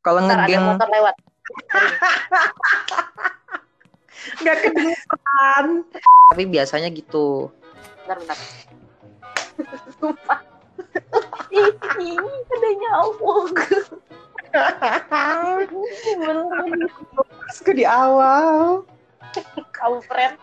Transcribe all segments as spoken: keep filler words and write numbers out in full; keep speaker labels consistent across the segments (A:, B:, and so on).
A: Kalau
B: Ntar ada
A: ngegeng
B: motor lewat.
A: nggak kedengeran. Tapi biasanya gitu.
B: Bentar, bentar. Sumpah. Ih, ada nyamuk. Beneran.
A: Ke di awal.
B: Kamu friend.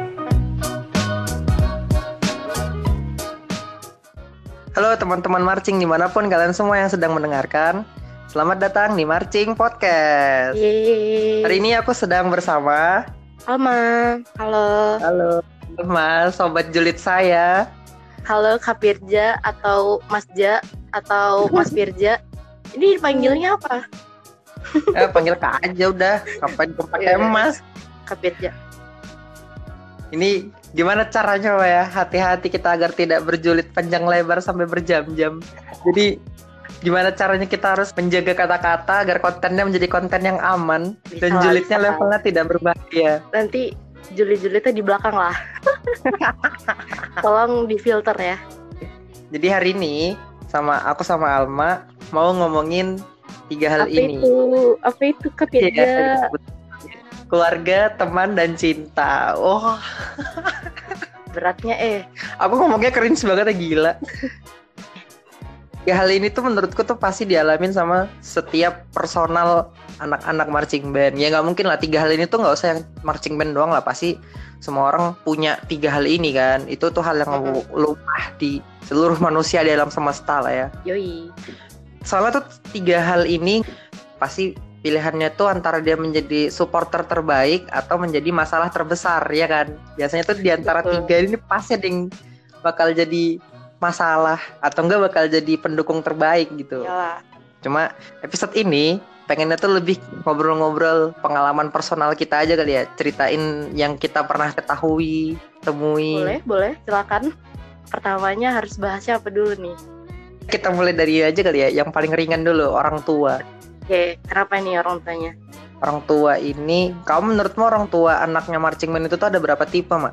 A: Halo teman-teman marching dimanapun kalian semua yang sedang mendengarkan. Selamat datang di Marching Podcast.
B: Yeay.
A: Hari ini aku sedang bersama
B: Alma. Halo.
A: Halo Mas, sobat julid saya.
B: Halo Kak Pirja atau Mas Ja atau Mas Pirja. Ini dipanggilnya apa?
A: Eh, panggil Kak aja udah. Kapan pakai
B: Iya.
A: Mas?
B: Kak Pirja.
A: Ini gimana caranya Pak ya? Hati-hati kita agar tidak berjulid panjang lebar sampai berjam-jam. Jadi gimana caranya kita harus menjaga kata-kata agar kontennya menjadi konten yang aman
B: Bisa
A: dan
B: lah,
A: julidnya
B: bisa.
A: levelnya tidak berbahaya.
B: Nanti juli-julitnya di belakang lah. Tolong difilter ya.
A: Jadi hari ini sama aku sama Alma mau ngomongin tiga hal
B: Apa
A: ini.
B: itu? Apa itu Kak Pirja?
A: Iya, keluarga, teman, dan cinta. Oh,
B: Beratnya eh.
A: aku ngomongnya cringe banget ya, gila. Ya hal ini tuh menurutku tuh pasti dialamin sama setiap personal anak-anak marching band. Ya nggak mungkin lah tiga hal ini tuh nggak usah yang marching band doang lah, pasti semua orang punya tiga hal ini kan. Itu tuh hal yang
B: Mm-mm.
A: lumrah di seluruh manusia di alam semesta lah ya.
B: Yoi.
A: Soalnya tuh tiga hal ini pasti pilihannya tuh antara dia menjadi supporter terbaik atau menjadi masalah terbesar, ya kan? Biasanya tuh di antara
B: Betul.
A: tiga ini pasti ada yang bakal jadi masalah atau enggak bakal jadi pendukung terbaik gitu.
B: Yalah.
A: Cuma episode ini pengennya tuh lebih ngobrol-ngobrol pengalaman personal kita aja kali ya, ceritain yang kita pernah ketahui, temui.
B: Boleh, boleh. Silakan. Pertamanya harus bahasnya apa dulu nih?
A: Kita mulai dari aja kali ya, yang paling ringan dulu, orang tua.
B: Oke, kenapa nih orang tuanya?
A: Orang tua ini, kamu menurutmu orang tua anaknya marching band itu tuh ada berapa tipe, Mak?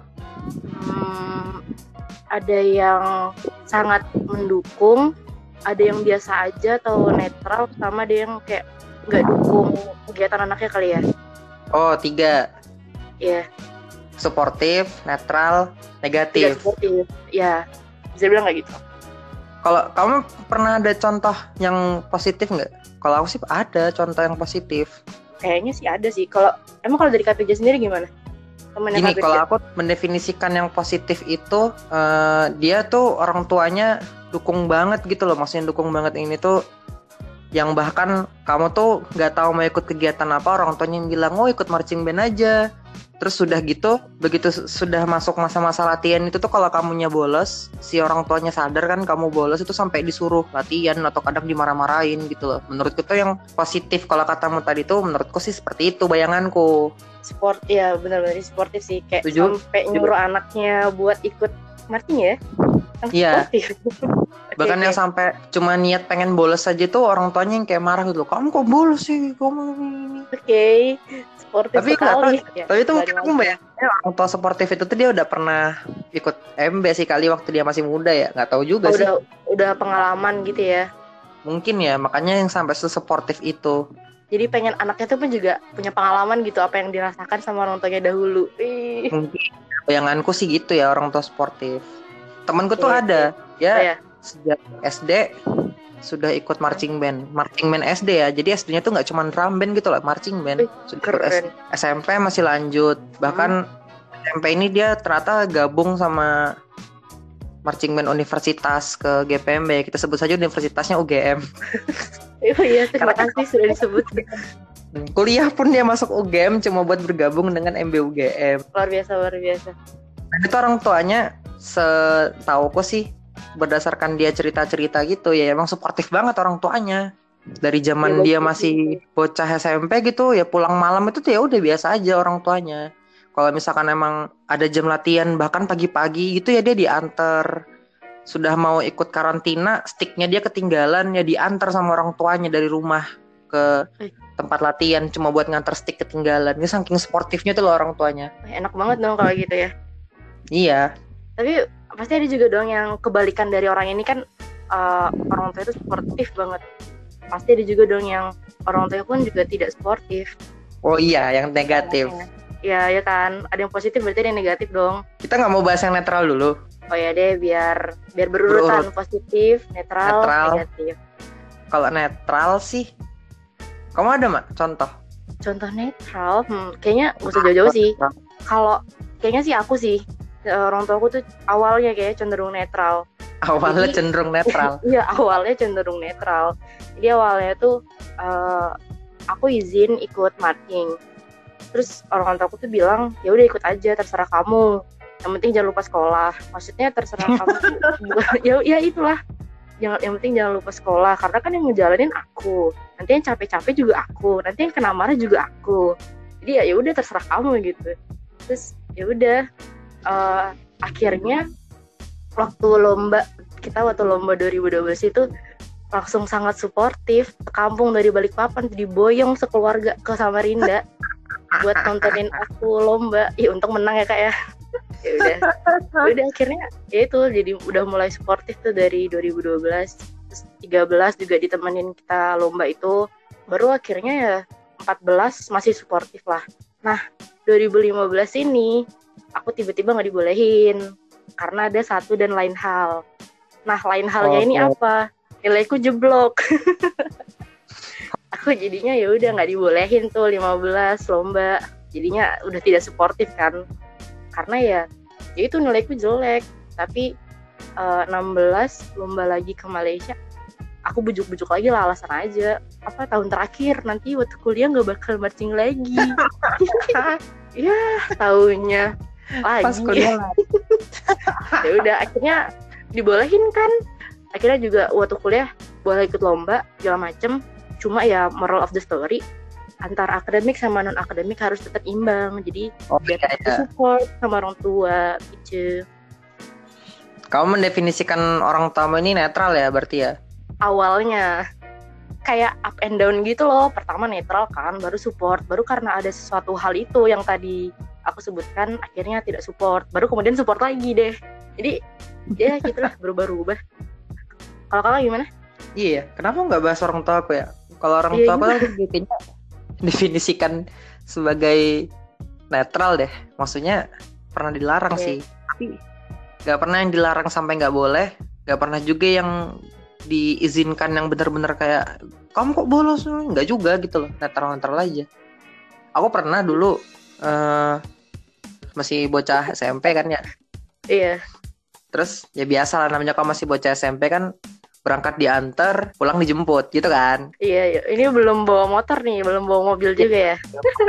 B: Hmm, ada yang sangat mendukung, ada yang biasa aja atau netral, sama ada yang kayak nggak dukung kegiatan anaknya kali ya.
A: Oh, tiga.
B: Iya,
A: Suportif, netral,
B: tidak
A: negatif.
B: seperti ya, bisa bilang nggak gitu.
A: Kalau kamu pernah ada contoh yang positif nggak? Kalau aku sih ada contoh yang positif.
B: Kayaknya sih ada sih. Kalau emang kalau dari Kak Pirja sendiri gimana? Temennya
A: Gini,
B: Kak Pirja?
A: kalau aku mendefinisikan yang positif itu, eh, dia tuh orang tuanya dukung banget gitu loh. Maksudnya dukung banget ini tuh, yang bahkan kamu tuh nggak tahu mau ikut kegiatan apa, orang tuanya yang bilang, oh ikut marching band aja. Terus sudah gitu, begitu sudah masuk masa-masa latihan itu tuh kalau kamunya bolos, si orang tuanya sadar kan kamu bolos itu sampai disuruh latihan atau kadang dimarah-marahin gitu loh. Menurutku tuh yang positif kalau katamu tadi tuh menurutku sih seperti itu bayanganku.
B: Sport, ya benar-benar sportif sih. Kayak
A: Setuju?
B: sampai nyuruh anaknya buat ikut marching ya. Yang
A: Iya.
B: sportif. Oke,
A: Bahkan
B: oke.
A: yang sampai cuma niat pengen bolos aja tuh orang tuanya yang kayak marah gitu loh. Kamu kok bolos sih? Kamu ini.
B: Oke, sportif
A: Tapi
B: sekali.
A: nggak
B: Ya,
A: Tapi itu
B: nggak
A: mungkin aku
B: dimana.
A: bayangin orang tua sportif itu tuh dia udah pernah ikut M B sih kali waktu dia masih muda ya. Nggak tahu juga
B: Oh,
A: sih.
B: udah udah pengalaman gitu ya.
A: Mungkin ya, makanya yang sampai sesportif itu.
B: Jadi pengen anaknya tuh pun juga punya pengalaman gitu apa yang dirasakan sama orang tuanya dahulu. Ih.
A: Mungkin bayanganku sih gitu ya orang tua sportif. Temanku tuh
B: Iya,
A: ada, ya
B: Saya.
A: sejak S D sudah ikut marching band, marching band S D ya. Jadi S D-nya tuh nggak cuma drum band gitu lah, marching band.
B: Wih,
A: Sudah ikut S-
B: keren.
A: S M P masih lanjut. Bahkan S M P ini dia ternyata gabung sama marching band universitas ke G P M B. Kita sebut saja universitasnya U G M.
B: Oh iya, terima kasih sudah disebut.
A: Kuliah pun dia masuk U G M cuma buat bergabung dengan M B U G M.
B: Luar biasa, luar biasa.
A: Dan itu orang tuanya setauku sih berdasarkan dia cerita-cerita gitu ya emang suportif banget orang tuanya. Dari zaman
B: Ya,
A: dia
B: bagus
A: masih bocah S M P gitu ya pulang malam itu tuh ya udah biasa aja orang tuanya. Kalau misalkan emang ada jam latihan bahkan pagi-pagi gitu ya dia diantar. Sudah mau ikut karantina, sticknya dia ketinggalan ya diantar sama orang tuanya dari rumah ke
B: Eh.
A: tempat latihan cuma buat ngantar stick ketinggalan. Ini saking sportifnya tuh loh orang tuanya.
B: Wah, enak banget dong kalau gitu ya.
A: Iya.
B: Tapi pasti ada juga dong yang kebalikan dari orang ini kan, uh, orang tua itu sportif banget. Pasti ada juga dong yang orang tua pun juga tidak sportif.
A: Oh iya, yang negatif.
B: Ya, ya kan. Ada yang positif berarti ada yang negatif dong.
A: Kita nggak mau bahas yang netral dulu.
B: Oh ya deh, biar biar berurutan. Berurut. Positif, netral, netral, negatif.
A: Kalau netral sih, kamu ada mak contoh?
B: Contoh netral, hmm, kayaknya gak usah jauh-jauh sih. Kalau kayaknya sih aku sih, orang tua aku tuh awalnya kayak cenderung netral.
A: Awalnya Jadi, cenderung netral.
B: Iya, awalnya cenderung netral. Jadi awalnya tuh uh, aku izin ikut marching. Terus orang tua aku tuh bilang, ya udah ikut aja, terserah kamu. Yang penting jangan lupa sekolah. Maksudnya terserah kamu. ya, ya itulah. Jangan, yang penting jangan lupa sekolah. Karena kan yang ngejalanin aku. Nanti yang capek-capek juga aku. Nanti yang kena marah juga aku. Jadi ya, ya udah terserah kamu gitu. Terus ya udah. Uh, akhirnya waktu lomba kita waktu lomba dua ribu dua belas itu langsung sangat suportif. Kampung dari Balikpapan diboyong sekeluarga ke Samarinda buat nontonin aku lomba. Ya untung menang ya kak ya. Ya udah, udah akhirnya ya itu jadi udah mulai suportif tuh dari dua ribu dua belas. Terus tiga belas juga ditemenin kita lomba itu. Baru akhirnya ya empat belas masih suportif lah. Nah dua ribu lima belas ini aku tiba-tiba nggak dibolehin karena ada satu dan lain hal. Nah lain halnya oh, ini oh. apa? Nilaiku jeblok. Aku jadinya ya udah nggak dibolehin tuh lima belas lomba. Jadinya udah tidak suportif kan. Karena ya, ya itu nilaiku jelek. Tapi uh, enam belas lomba lagi ke Malaysia. Aku bujuk-bujuk lagi lah alasan aja. Apa tahun terakhir nanti waktu kuliah nggak bakal marching lagi. Ya tahunnya lagi. Pas kuliah lagi. Ya udah akhirnya dibolehin kan. Akhirnya juga waktu kuliah boleh ikut lomba segala macem. Cuma ya moral of the story antara akademik sama non akademik harus tetap imbang. Jadi oh, biar tetap iya. support sama orang tua gitu.
A: Kamu mendefinisikan orang tua ini netral ya berarti ya?
B: Awalnya kayak up and down gitu loh. Pertama netral kan, baru support. Baru karena ada sesuatu hal itu yang tadi aku sebutkan akhirnya tidak support. Baru kemudian support lagi deh. Jadi ya gitulah berubah-ubah. Kalau kakak gimana?
A: Iya, kenapa nggak bahas orang tua aku ya? Kalau orang tua aku tuh kayaknya definisikan sebagai netral deh. Maksudnya pernah dilarang okay. sih. Tapi nggak pernah yang dilarang sampai nggak boleh. Nggak pernah juga yang diizinkan yang benar-benar kayak kamu kok bolos, nggak juga gitu loh, netral-netral aja. Aku pernah dulu uh, masih bocah S M P kan ya.
B: Iya.
A: Terus ya biasa lah namanya kalau masih bocah S M P kan berangkat diantar, pulang dijemput gitu kan.
B: Iya, iya. Ini belum bawa motor nih, belum bawa mobil juga ya.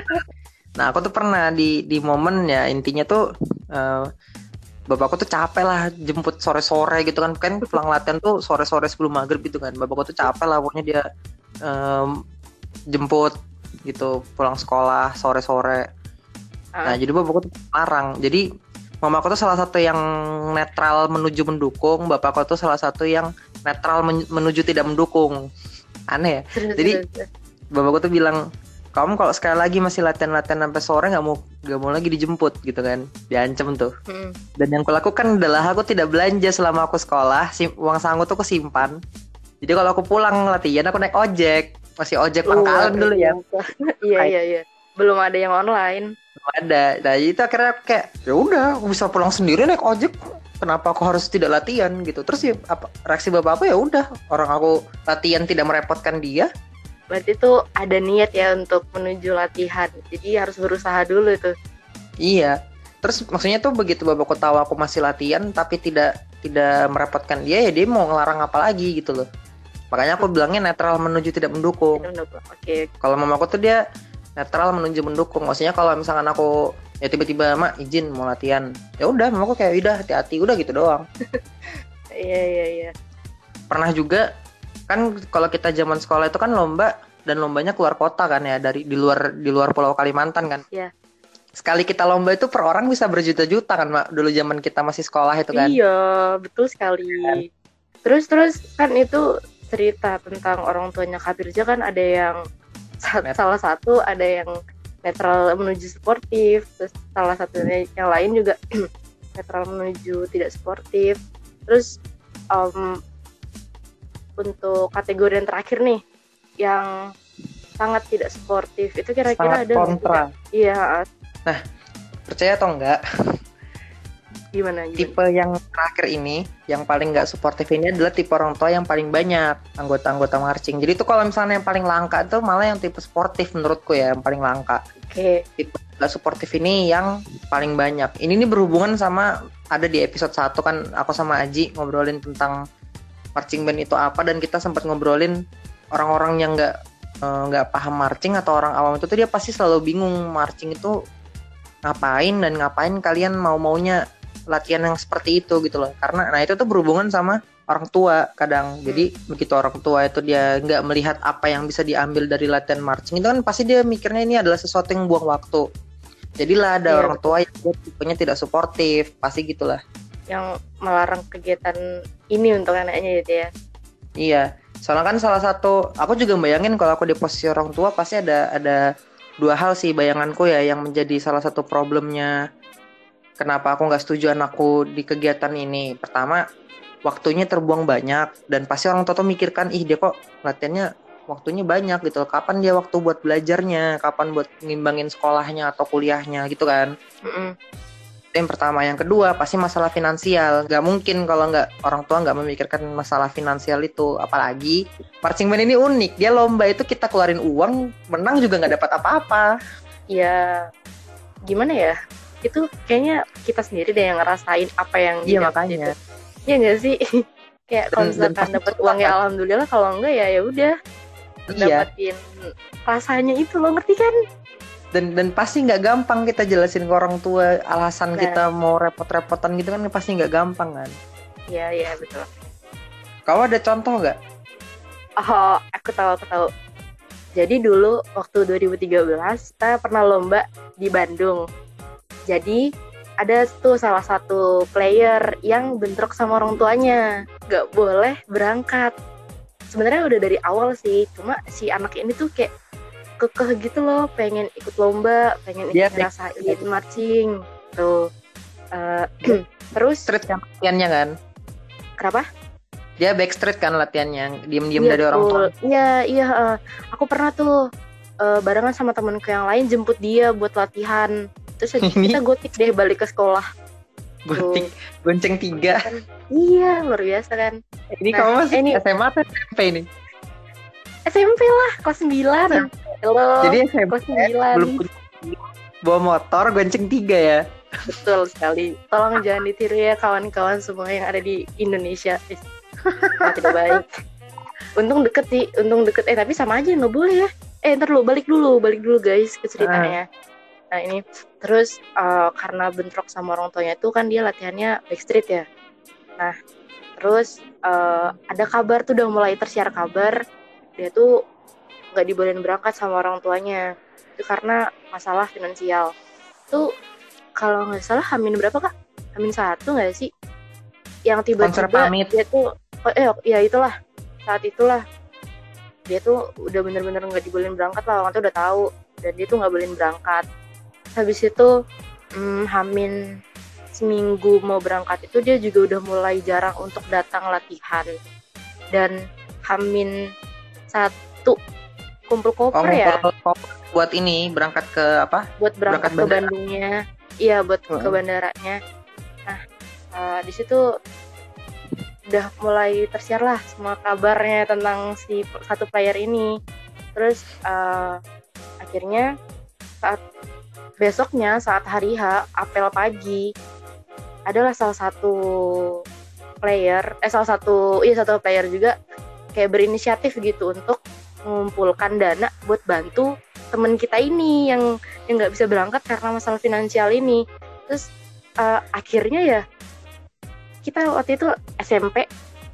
A: Nah aku tuh pernah di di momen ya intinya tuh uh, bapakku tuh capek lah jemput sore-sore gitu kan. Kan pulang latihan tuh sore-sore sebelum maghrib gitu kan. Bapakku tuh capek lah pokoknya dia um, jemput gitu pulang sekolah sore-sore. Uh. Nah jadi bapakku tuh larang. Jadi mamaku tuh salah satu yang netral menuju mendukung. Bapakku tuh salah satu yang netral men- menuju tidak mendukung. Aneh ya. Jadi bapakku tuh bilang, kamu kalau sekali lagi masih latihan-latihan sampai sore nggak mau nggak mau lagi dijemput gitu kan, diancam tuh. Hmm. Dan yang kulakukan adalah aku tidak belanja selama aku sekolah, sim- uang saku tuh kesimpan. Jadi kalau aku pulang latihan aku naik ojek, masih ojek pangkalan uh, dulu ya.
B: Iya iya iya. Belum ada yang online.
A: Belum ada. Nah itu akhirnya kayak ya udah aku bisa pulang sendiri naik ojek. Kenapa aku harus tidak latihan gitu? Terus ya apa reaksi bapak aku ya udah orang aku latihan tidak merepotkan dia.
B: Berarti tuh ada niat ya untuk menuju latihan. Jadi harus berusaha dulu tuh.
A: Iya. Terus maksudnya tuh begitu bapakku tahu aku masih latihan tapi tidak tidak merepotkan dia ya dia mau ngelarang apa lagi gitu loh. Makanya aku bilangnya netral menuju tidak mendukung. Oke.
B: Okay.
A: Kalau mamaku tuh dia netral menuju mendukung. Maksudnya kalau misalkan aku ya tiba-tiba mak izin mau latihan. Ya udah mamaku kayak udah hati-hati udah gitu doang.
B: Iya iya iya.
A: Pernah juga kan kalau kita zaman sekolah itu kan lomba dan lombanya keluar kota kan ya dari di luar di luar Pulau Kalimantan kan.
B: Iya.
A: Sekali kita lomba itu per orang bisa berjuta-juta kan mak dulu zaman kita masih sekolah itu kan.
B: Iya betul sekali. Kan? Terus terus kan itu cerita tentang orang tuanya Kak Firza kan ada yang Net. salah satu ada yang netral menuju sportif, terus salah satunya yang lain juga netral menuju tidak sportif. Terus um, untuk kategori yang terakhir nih yang sangat tidak sportif. Itu kira-kira
A: Sangat
B: ada nggak sih,
A: kontra.
B: Kak? Iya,
A: Nah, percaya atau enggak,
B: gimana gimana?
A: tipe yang terakhir ini, yang paling nggak suportif ini adalah tipe orang tua yang paling banyak anggota-anggota marching. Jadi itu kalau misalnya yang paling langka itu malah yang tipe sportif menurutku ya, yang paling langka.
B: Oke.
A: Tipe nggak suportif ini yang paling banyak. Ini nih berhubungan sama, ada di episode satu kan aku sama Aji ngobrolin tentang marching band itu apa, dan kita sempat ngobrolin orang-orang yang nggak eh, nggak paham marching atau orang awam itu tuh dia pasti selalu bingung marching itu ngapain, dan ngapain kalian mau-maunya latihan yang seperti itu gitu loh. Karena nah itu tuh berhubungan sama orang tua kadang. Jadi begitu orang tua itu dia nggak melihat apa yang bisa diambil dari latihan marching itu kan pasti dia mikirnya ini adalah sesuatu yang buang waktu. Jadilah ada
B: Iya,
A: orang tua yang dia tipenya tidak suportif, pasti gitulah.
B: yang melarang kegiatan ini untuk anaknya gitu ya.
A: Iya, soalnya kan salah satu, aku juga bayangin kalau aku di posisi orang tua pasti ada ada dua hal sih bayanganku ya yang menjadi salah satu problemnya kenapa aku nggak setuju anakku di kegiatan ini. Pertama, waktunya terbuang banyak, dan pasti orang tua tuh mikirkan, ih dia kok latihannya waktunya banyak gitu. Kapan dia waktu buat belajarnya, kapan buat ngimbangin sekolahnya atau kuliahnya gitu kan.
B: Mm-mm.
A: Itu yang pertama. Yang kedua, pasti masalah finansial. Gak mungkin kalau nggak orang tua nggak memikirkan masalah finansial itu. Apalagi marching band ini unik. Dia lomba itu kita keluarin uang, menang juga nggak dapat apa-apa.
B: Ya gimana ya? Itu kayaknya kita sendiri deh yang ngerasain apa yang
A: Iya
B: didapat
A: makanya.
B: itu. Iya nggak sih? Kayak kalau
A: Dan- dan
B: misalkan
A: pasti
B: dapat
A: suka
B: uang ya
A: kan?
B: alhamdulillah, kalau enggak ya ya udah.
A: Iya.
B: Dapatin rasanya itu loh, ngerti kan?
A: Dan dan pasti nggak gampang kita jelasin ke orang tua alasan
B: Nah.
A: kita mau repot-repotan gitu kan pasti nggak gampang kan.
B: Iya iya betul.
A: Kau ada contoh nggak?
B: Oh, aku tahu aku tahu. Jadi dulu waktu dua ribu tiga belas kita pernah lomba di Bandung. Jadi ada tuh salah satu player yang bentrok sama orang tuanya, nggak boleh berangkat. Sebenarnya udah dari awal sih, cuma si anak ini tuh kayak kekeh gitu loh, pengen ikut lomba, pengen
A: Dia
B: ikut ngerasain marching tuh. Eh, terus
A: Street kan latihannya kan?
B: kenapa?
A: Dia backstreet kan latihannya, diem-diem
B: Iya,
A: dari orang tua.
B: betul. Iya, iya. eh, aku pernah tuh eh, barengan sama temanku yang lain jemput dia buat latihan. Terus
A: Ini-
B: kita gotik deh balik ke sekolah.
A: Gunting, gonceng tiga.
B: Kan, iya, luar biasa kan.
A: Ini
B: Nah,
A: kamu masih
B: ini-
A: S M A atau S M P ini?
B: S M P lah, kelas sembilan. Halo,
A: Jadi S M P
B: kelas sembilan.
A: belum punya bawa motor gonceng tiga ya.
B: Betul sekali. Tolong jangan ditiru ya kawan-kawan semua yang ada di Indonesia. Eh, nah, tidak baik. Untung deket sih, untung deket. Eh tapi sama aja nggak boleh ya. Eh ntar lu balik dulu, balik dulu guys ke ceritanya. Nah ini terus eh, karena bentrok sama orang tuanya itu kan dia latihannya backstreet ya. Nah terus eh, ada kabar tuh udah mulai tersiar kabar dia tuh nggak dibolehin berangkat sama orang tuanya itu karena masalah finansial. Tuh kalau nggak salah Hamin berapa kak? Hamin satu nggak sih? Yang
A: Konser
B: tiba-tiba
A: pamit.
B: dia tuh oh, eh ya itulah saat itulah dia tuh udah bener-bener nggak dibolehin berangkat lah, orang tuh udah tahu dan dia tuh nggak bolehin berangkat. Habis itu hmm, Hamin seminggu mau berangkat itu dia juga udah mulai jarang untuk datang latihan. Dan Hamin satu kumpul
A: Oh,
B: koper ya
A: ngumpul buat ini berangkat ke apa?
B: buat berangkat,
A: berangkat
B: ke
A: bandara.
B: Bandungnya. Iya buat
A: Heeh.
B: ke bandaranya. Nah eh, di situ udah mulai tersiar lah semua kabarnya tentang si satu player ini. Terus eh, akhirnya saat besoknya saat hari H apel pagi adalah salah satu player eh salah satu iya satu player juga kayak berinisiatif gitu untuk mengumpulkan dana buat bantu temen kita ini yang yang nggak bisa berangkat karena masalah finansial ini. Terus eh, akhirnya ya kita waktu itu S M P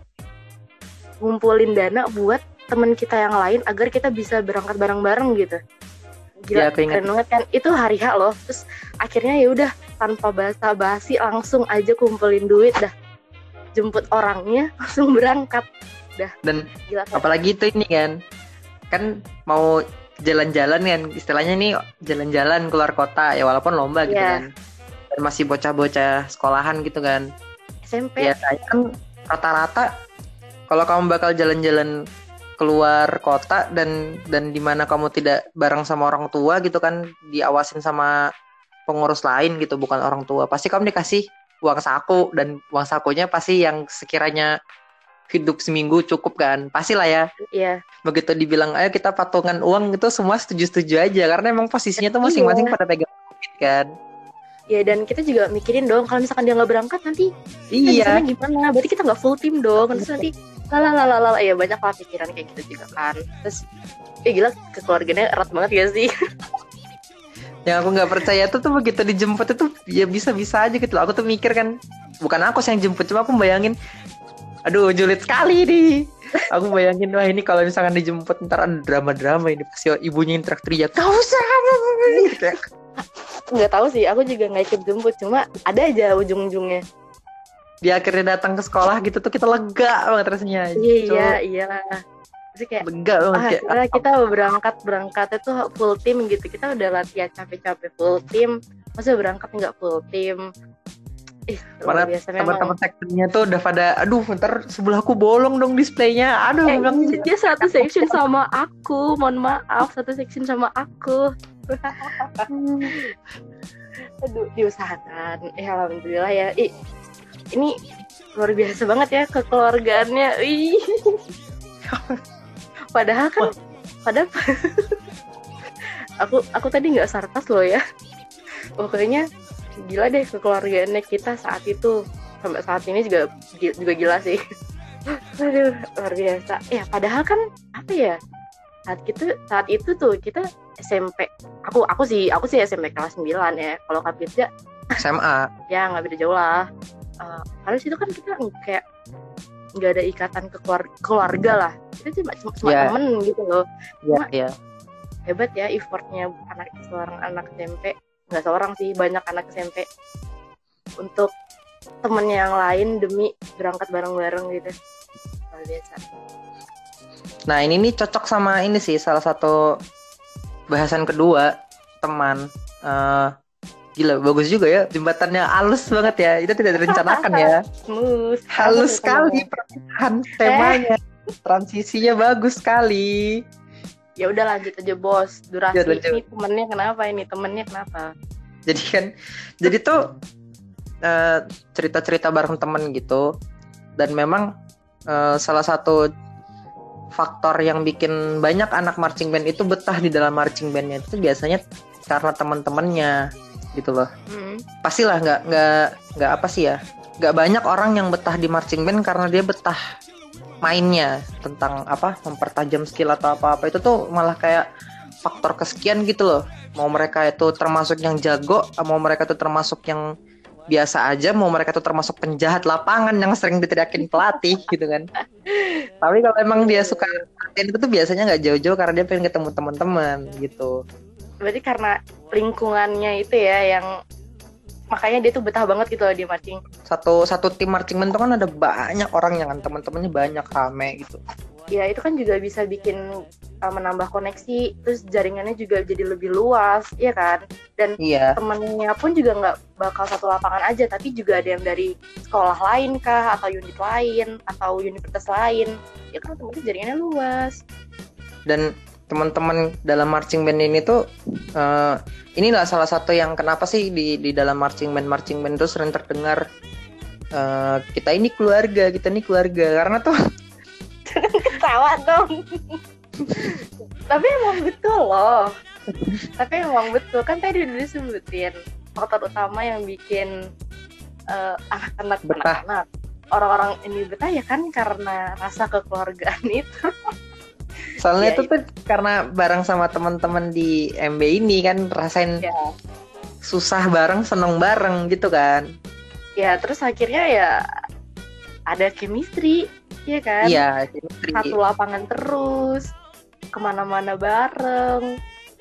B: ngumpulin dana buat temen kita yang lain agar kita bisa berangkat bareng-bareng gitu. Gila,
A: Ya, aku ingat.
B: keren banget kan. Itu hari H loh. Terus akhirnya ya udah tanpa basa-basi langsung aja kumpulin duit dah. Jemput orangnya langsung berangkat.
A: Dan
B: Gila kan.
A: apalagi itu ini kan, kan mau jalan-jalan kan, istilahnya nih jalan-jalan keluar kota ya walaupun lomba gitu
B: Iya.
A: kan. Dan masih bocah-bocah sekolahan gitu kan.
B: S M P.
A: Ya saya kan rata-rata kalau kamu bakal jalan-jalan keluar kota dan dan di mana kamu tidak bareng sama orang tua gitu kan, diawasin sama pengurus lain gitu, bukan orang tua, pasti kamu dikasih uang saku, dan uang sakunya pasti yang sekiranya hidup seminggu cukup kan, pastilah ya.
B: Iya.
A: Begitu dibilang ayo kita patungan uang itu semua setuju-setuju aja, karena emang posisinya tuh masing-masing
B: Iya.
A: pada pegang duit kan.
B: Ya, dan kita juga mikirin dong kalau misalkan dia nggak berangkat nanti kita di
A: Iya.
B: sana gimana? Berarti kita nggak full tim dong. Terus nanti lalalala ya banyak lah pikiran kayak gitu juga kan. Terus ya gila, kekeluarganya erat banget ya sih.
A: Yang aku nggak percaya tuh tuh begitu dijemput itu ya bisa-bisa aja gitu loh. Aku tuh mikir kan, bukan aku sih yang jemput, cuma aku bayangin, aduh julid sekali nih. Aku bayangin, wah ini kalau misalkan dijemput ntar ada drama-drama ini, pasti ibunya yang teriak-teriak, gak usah. Gitu ya.
B: Nggak tahu sih, aku juga nggak ikut jemput, cuma ada aja ujung-ujungnya.
A: Dia akhirnya datang ke sekolah gitu tuh kita lega banget rasanya.
B: Iya
A: Cuma
B: iya iya. Terus kayak
A: lega banget
B: ah,
A: kayak
B: kita, kita berangkat berangkatnya tuh full tim gitu. Kita udah latihan capek-capek full tim, masa berangkat nggak full tim? Ih, luar
A: mana
B: biasa memang.
A: teman-teman sectionnya tuh udah pada, aduh ntar sebelahku bolong dong displaynya, aduh
B: Eh,
A: bilang
B: dia satu section sama aku, mohon maaf, satu section sama aku. Aduh, diusahakan. Eh, alhamdulillah ya. Ih, ini luar biasa banget ya kekeluargaannya. Ih. Padahal kan, padahal aku aku tadi nggak sarkas loh ya. Pokoknya gila deh kekeluargaannya kita saat itu, sampai saat ini juga juga gila sih. Aduh, luar biasa. Ya padahal kan apa ya, saat itu saat itu tuh kita S M P. Aku aku sih aku sih S M P kelas sembilan ya. Kalau Kak Firja
A: S M A.
B: ya nggak beda jauh lah. Uh, karena situ kan kita kayak nggak ada ikatan ke keluarga, keluarga lah. Kita cuma cuma
A: Yeah.
B: temen gitu loh.
A: Iya,
B: Cuma
A: iya.
B: hebat ya effortnya anak seorang anak S M P, nggak seorang sih, banyak anak S M P untuk temen yang lain demi berangkat bareng-bareng gitu. Luar biasa.
A: Nah ini nih cocok sama ini sih, salah satu bahasan kedua, teman. Eh, gila bagus juga ya, jembatannya halus banget ya, itu tidak direncanakan ya.
B: Smooth.
A: Halus sekali pernikahan temanya, transisinya bagus sekali.
B: Ya udah lanjut aja bos. Durasi
A: Ya, lanjut.
B: ini temennya kenapa ini temennya kenapa?
A: Jadi kan, jadi tuh eh, cerita-cerita bareng temen gitu, dan memang eh, salah satu faktor yang bikin banyak anak marching band itu betah di dalam marching bandnya itu biasanya karena teman-temannya gitu loh.
B: Hmm.
A: Pastilah nggak nggak nggak apa sih ya, nggak banyak orang yang betah di marching band karena dia betah mainnya, tentang apa mempertajam skill atau apa-apa, itu tuh malah kayak faktor kesekian gitu loh. Mau mereka itu termasuk yang jago, mau mereka itu termasuk yang biasa aja, mau mereka itu termasuk penjahat lapangan yang sering diteriakin pelatih gitu kan. Tapi kalau emang dia suka latihan itu tuh biasanya nggak jauh-jauh karena dia pengen ketemu teman-teman gitu.
B: Berarti karena lingkungannya itu ya yang makanya dia tuh betah banget gitu loh di marching.
A: Satu satu tim marching band tuh kan ada banyak orang yang kan, teman-temannya banyak, rame gitu.
B: Ya itu kan juga bisa bikin uh, menambah koneksi, terus jaringannya juga jadi lebih luas, ya kan? Dan
A: Iya.
B: temennya pun juga nggak bakal satu lapangan aja, tapi juga ada yang dari sekolah lain kah, atau unit lain, atau universitas lain. Ya kan otomatis jaringannya luas.
A: Dan teman-teman dalam marching band ini tuh uh, inilah salah satu yang kenapa sih di di dalam marching band marching band tuh sering terdengar uh, kita ini keluarga, kita ini keluarga, karena tuh
B: Ketawa dong. Tapi emang betul loh. Tapi emang betul kan tadi udah disebutin faktor utama yang bikin uh, anak-anak
A: Betah.
B: anak-anak orang-orang ini betah ya kan karena rasa kekeluargaan itu.
A: soalnya
B: Ya,
A: itu tuh karena bareng sama teman-teman di M B ini kan rasain
B: Ya.
A: susah bareng, seneng bareng gitu kan.
B: Ya terus akhirnya ya ada chemistry, ya kan?
A: Iya, chemistry.
B: Satu lapangan terus, kemana-mana bareng.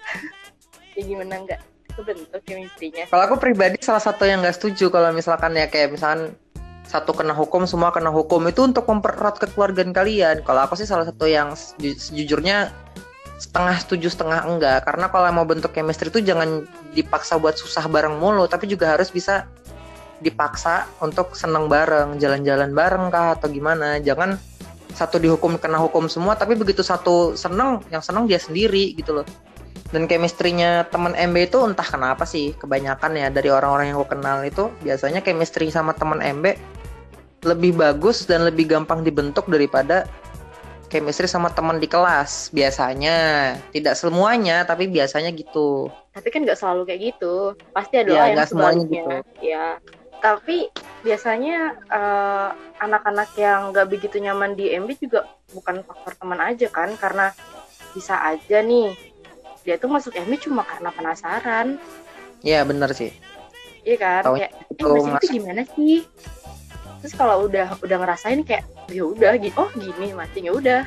B: Ya gimana nggak kebentuk chemistry-nya?
A: Kalau aku pribadi salah satu yang nggak setuju kalau misalkan ya kayak misalkan satu kena hukum, semua kena hukum, itu untuk mempererat kekeluargaan kalian. Kalau aku sih salah satu yang seju- sejujurnya setengah setuju setengah enggak, karena kalau mau bentuk chemistry itu jangan dipaksa buat susah bareng mulu, tapi juga harus bisa dipaksa untuk seneng bareng, jalan-jalan bareng kah atau gimana. Jangan satu dihukum kena hukum semua, tapi begitu satu seneng, yang seneng dia sendiri gitu loh. Dan chemistry-nya teman M B itu entah kenapa sih, kebanyakan ya dari orang-orang yang aku kenal itu biasanya chemistry sama teman M B lebih bagus dan lebih gampang dibentuk daripada chemistry sama teman di kelas. Biasanya, tidak semuanya, tapi biasanya gitu.
B: Tapi kan nggak selalu kayak gitu, pasti ada
A: Ya,
B: yang
A: nggak semuanya
B: sebaliknya.
A: gitu.
B: Ya, tapi biasanya eh, anak-anak yang nggak begitu nyaman di M B juga bukan faktor teman aja kan, karena bisa aja nih dia tuh masuk M B cuma karena penasaran.
A: Iya benar sih.
B: Iya kan,
A: Taunya
B: kayak eh
A: itu
B: Mas itu
A: masuk.
B: gimana sih? Terus kalau udah udah ngerasain kayak ya udah gitu, oh gini masing ya udah.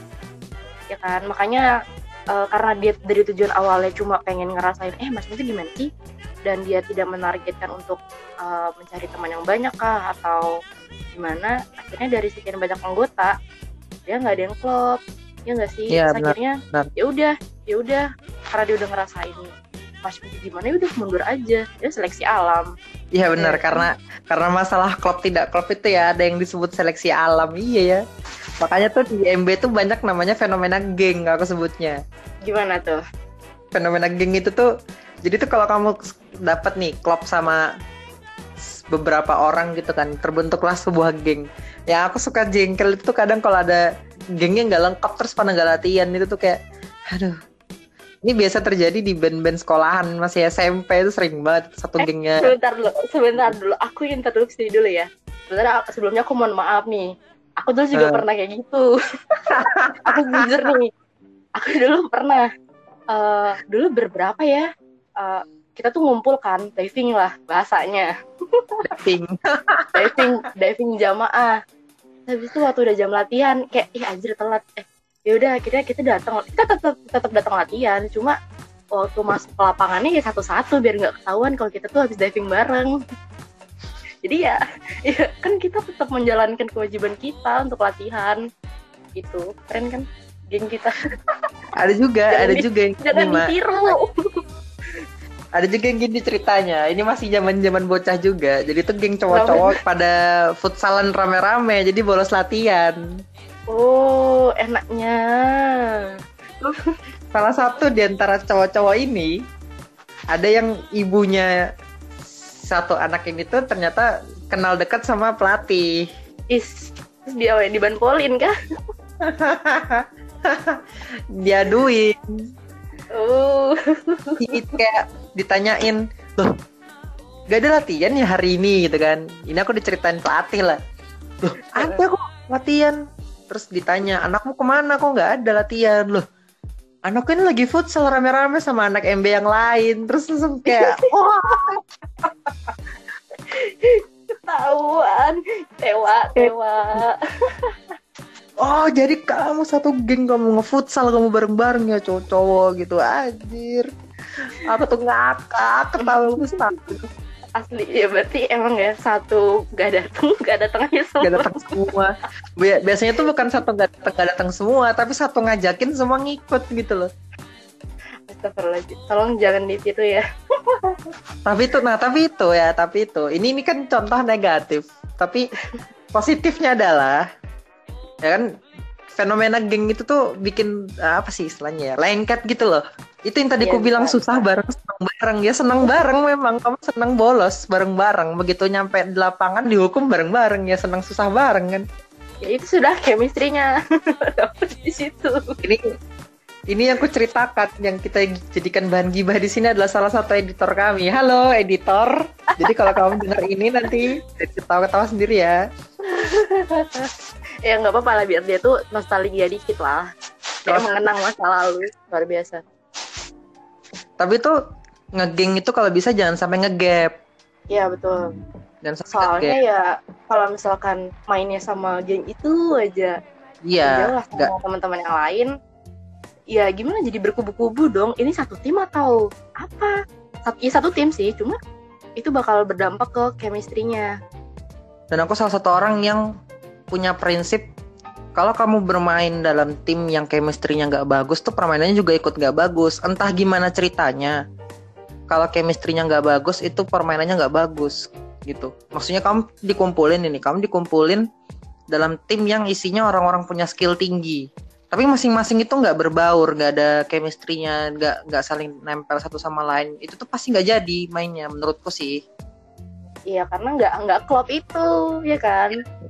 B: Ya kan, makanya eh, karena dia dari tujuan awalnya cuma pengen ngerasain eh Mas itu gimana sih? Dan dia tidak menargetkan untuk eh, mencari teman yang banyak kah atau gimana, akhirnya dari sekian banyak anggota dia nggak ada yang klop, ya nggak sih?
A: Iya,
B: Terus
A: benar,
B: akhirnya
A: benar.
B: ya udah, ya udah karena dia udah ngerasain Mas itu gimana ya udah mundur aja, ya seleksi alam.
A: Iya benar,
B: Iya.
A: karena karena masalah klop tidak klop itu ya ada yang disebut seleksi alam. Iya ya. Makanya tuh di M B tuh banyak namanya fenomena geng aku sebutnya.
B: Gimana tuh?
A: Fenomena geng itu tuh jadi tuh kalau kamu dapat nih klop sama beberapa orang gitu kan, terbentuklah sebuah geng. Ya aku suka jengkel itu tuh kadang kalau ada gengnya nggak lengkap terus pada nggak latihan itu tuh kayak aduh. Ini biasa terjadi di band-band sekolahan masih S M P itu sering banget satu
B: Eh,
A: gengnya.
B: sebentar dulu, sebentar dulu. Aku introduksi dulu ya. Sebentar, sebelumnya aku mohon maaf nih. Aku dulu juga
A: Uh.
B: pernah kayak gitu. Aku jujur nih. Aku dulu pernah. Eh, dulu berberapa ya? Eh, kita tuh ngumpul kan, diving lah bahasanya.
A: Pink.
B: Diving, diving jamaah. Habis itu waktu udah jam latihan, kayak ih anjir telat. Eh, ya udah kita kita datang, kita tetap tetap datang latihan. Cuma waktu masuk ke lapangannya ya satu-satu biar nggak ketahuan kalau kita tuh habis diving bareng. Jadi ya, ya kan kita tetap menjalankan kewajiban kita untuk latihan gitu. Keren kan geng kita.
A: Ada juga,
B: Jangan
A: ada
B: di-
A: juga yang
B: Jangan
A: gini, Mak.
B: ditiru.
A: Ada juga yang gini ceritanya. Ini masih zaman-zaman bocah juga. Jadi tuh geng cowok-cowok pada futsalan rame-rame, jadi bolos latihan.
B: Oh, enaknya.
A: Salah satu di antara cowok-cowok ini ada yang ibunya satu anak ini tuh ternyata kenal dekat sama pelatih.
B: Is, terus dia apa ya, dibanpolin kah?
A: Diaduin.
B: Oh,
A: Ini kayak ditanyain, loh, gak ada latihan ya hari ini gitu kan? Ini aku diceritain pelatih lah. Loh, ada kok latihan. Terus ditanya, anakmu kemana kok nggak ada latihan? Loh, anakku ini lagi futsal rame-rame sama anak M B yang lain. Terus langsung kayak, wah,
B: ketahuan. Tewa, tewa.
A: oh jadi kamu satu geng kamu ngefutsal kamu bareng-bareng ya cowok-cowok gitu, anjir. Aku tuh ngakak ketawa mustahil.
B: Asli, ya berarti emang ya satu gak datang, gak datang aja semua.
A: Gak datang semua. Bi- Biasanya tuh bukan satu gak datang, gak datang semua, tapi satu ngajakin semua ngikut gitu loh.
B: Astagfirullahaladzim. Tolong jangan ditiru ya.
A: Tapi itu, nah tapi itu ya, tapi itu. Ini ini kan contoh negatif. Tapi positifnya adalah, ya kan, fenomena geng itu tuh bikin apa sih istilahnya ya, lengket gitu loh. Itu yang tadi
B: Iya,
A: aku bilang
B: bisa,
A: susah
B: bisa.
A: bareng, senang bareng. Ya senang bareng memang, kamu senang bolos bareng-bareng. Begitu nyampe di lapangan dihukum bareng-bareng, ya senang susah bareng kan.
B: Ya itu sudah chemistry-nya. Dapet di situ.
A: Ini ini yang aku ceritakan, yang kita jadikan bahan gibah di sini adalah salah satu editor kami. Halo editor. Jadi kalau kamu dengar ini nanti ketawa-ketawa sendiri ya.
B: Ya nggak apa-apa lah, biar dia tuh nostalgia dikit lah. Kayak mengenang masa lalu. Luar biasa.
A: Tapi tuh ngegeng itu kalau bisa jangan sampai ngegap.
B: Iya betul.
A: Dan sampai
B: Soalnya
A: ngegap.
B: ya kalau misalkan mainnya sama geng itu aja,
A: Iya,
B: jauh lah
A: nggak.
B: sama teman-teman yang lain. Ya gimana jadi berkubu-kubu dong? Ini satu tim atau apa? Satu, ya satu tim sih, cuma itu bakal berdampak ke chemistry-nya.
A: Dan aku salah satu orang yang punya prinsip kalau kamu bermain dalam tim yang chemistry-nya nggak bagus tuh permainannya juga ikut nggak bagus. Entah gimana ceritanya. Kalau chemistry-nya nggak bagus itu permainannya nggak bagus gitu. Maksudnya kamu dikumpulin ini, kamu dikumpulin dalam tim yang isinya orang-orang punya skill tinggi. Tapi masing-masing itu nggak berbaur, nggak ada chemistry-nya, nggak nggak saling nempel satu sama lain. Itu tuh pasti nggak jadi mainnya, menurutku sih.
B: Iya, karena nggak nggak klop itu, ya kan?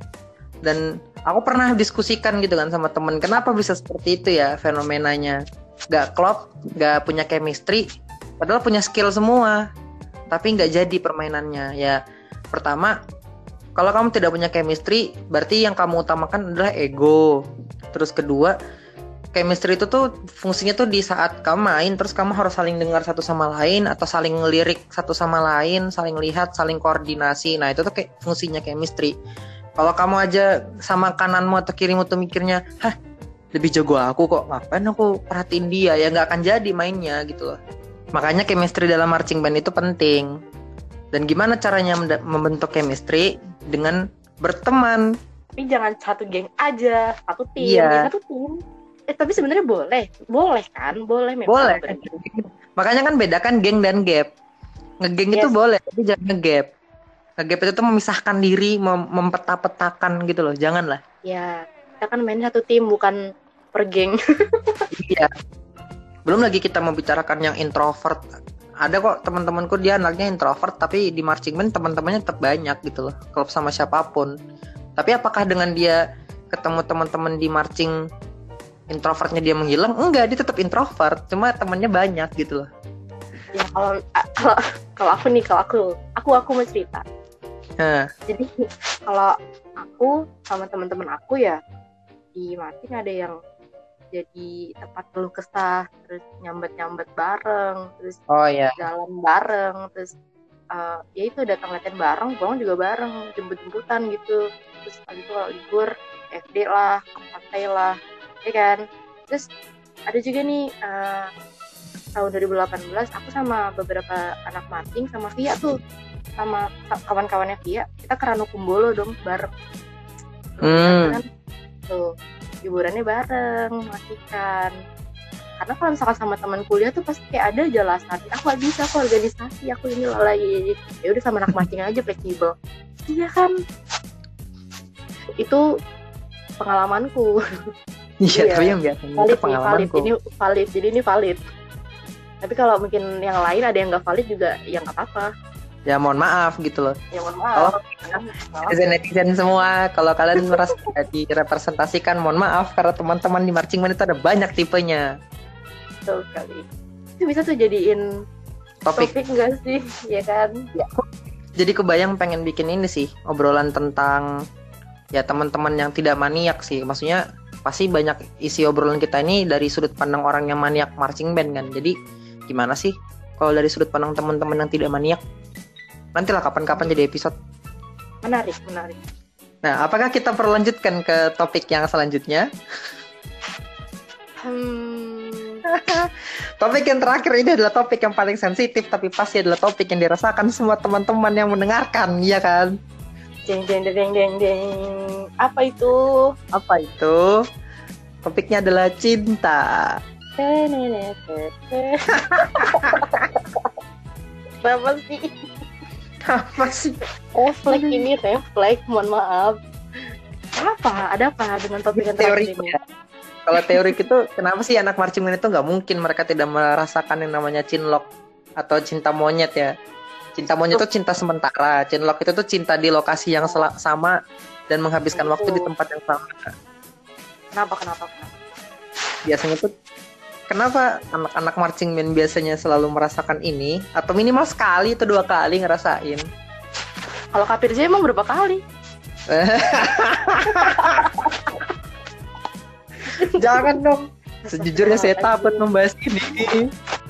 A: Dan aku pernah diskusikan gitu kan sama temen, kenapa bisa seperti itu ya fenomenanya. Nggak klop, nggak punya chemistry, padahal punya skill semua, tapi nggak jadi permainannya. Ya, pertama, kalau kamu tidak punya chemistry, berarti yang kamu utamakan adalah ego. Terus kedua, chemistry itu tuh fungsinya tuh di saat kamu main, terus kamu harus saling dengar satu sama lain, atau saling ngelirik satu sama lain, saling lihat, saling koordinasi. Nah itu tuh kayak fungsinya chemistry. Kalau kamu aja sama kananmu atau kirimu tuh mikirnya, hah lebih jago aku kok, ngapain aku perhatiin dia, ya nggak akan jadi mainnya gitu loh. Makanya chemistry dalam marching band itu penting. Dan gimana caranya membentuk chemistry? Dengan berteman.
B: Tapi jangan satu geng aja, satu tim,
A: Iya.
B: ya, satu tim. Eh tapi sebenarnya boleh, boleh kan, boleh memang.
A: Boleh. Makanya kan bedakan geng dan gap. Ngegeng yes. itu boleh, tapi jangan ngegap. Ngegap itu tuh memisahkan diri, mem- mempeta-petakan gitu loh, janganlah.
B: Ya, kita kan main satu tim, bukan per geng.
A: Iya. Belum lagi kita membicarakan yang introvert. Ada kok teman-temanku dia anaknya introvert, tapi di marching band teman-temannya tetap banyak gitu loh, klub sama siapapun. Tapi apakah dengan dia ketemu teman-teman di marching introvertnya dia menghilang? Enggak, dia tetap introvert, cuma temannya banyak gitu loh.
B: Ya kalau kalau kalau aku nih, kalau aku aku aku mau cerita.
A: Nah.
B: Jadi kalau aku sama teman-teman aku ya di marching ada yang jadi tempat keluh kesah, terus nyambet-nyambet bareng, terus
A: oh, yeah.
B: jalan bareng, terus uh, ya itu datang latihan bareng, pulang juga bareng, jemput-jemputan gitu. Terus habis itu kalau libur F D lah, ke pantai lah, ya kan. Terus ada juga nih uh, tahun dua ribu delapan belas aku sama beberapa anak marching sama Via tuh, sama kawan-kawannya Via, kita ke Ranukumbolo dong bareng.
A: Hmm.
B: Kan, tuh liburannya bareng, matikan. Karena kalau misalkan sama teman kuliah tuh pasti kayak ada aja alasan. Aku gak bisa, aku organisasi, aku ini lagi. Ya udah sama anak marching aja fleksibel. Iya kan? Itu pengalamanku.
A: Iya, tapi yang biasanya
B: valid,
A: itu pengalamanku.
B: Valid, ini valid, jadi ini valid. Tapi kalau mungkin yang lain ada yang nggak valid juga, ya nggak apa-apa.
A: Ya mohon maaf gitu loh.
B: Ya mohon maaf.
A: Oh, netizen semua, kalau kalian merasa direpresentasikan, mohon maaf karena teman-teman di marching band itu ada banyak tipenya.
B: Betul sekali. Itu bisa tuh jadiin topik, topik nggak sih, ya kan?
A: Ya. Jadi kebayang pengen bikin ini sih, obrolan tentang ya teman-teman yang tidak maniak sih. Maksudnya pasti banyak isi obrolan kita ini dari sudut pandang orang yang maniak marching band kan. Jadi gimana sih kalau dari sudut pandang teman-teman yang tidak maniak? Nantilah kapan-kapan jadi episode.
B: Menarik, menarik.
A: Nah, apakah kita perlu lanjutkan ke topik yang selanjutnya?
B: Hmm.
A: Topik yang terakhir ini adalah topik yang paling sensitif, tapi pasti adalah topik yang dirasakan semua teman-teman yang mendengarkan, iya kan?
B: Jeng jeng jeng jeng jeng. Apa itu?
A: Apa itu? Topiknya adalah cinta.
B: Kenapa sih?
A: Apa sih?
B: Refleks ini, refleks, mohon maaf. Kenapa? Ada apa dengan topik yang terakhir ini?
A: Kalau teori itu, kenapa sih anak marching band itu nggak mungkin mereka tidak merasakan yang namanya cinlok atau cinta monyet ya? Cinta monyet itu cinta sementara, cinlok itu tuh cinta di lokasi yang sel- sama dan menghabiskan waktu di tempat yang sama.
B: Kenapa? Kenapa? Kenapa?
A: Biasanya tuh, kenapa anak-anak marching band biasanya selalu merasakan ini atau minimal sekali atau dua kali ngerasain?
B: Kalau Kak Firza emang berapa kali?
A: Jangan dong. Sejujurnya saya takut membahas ini.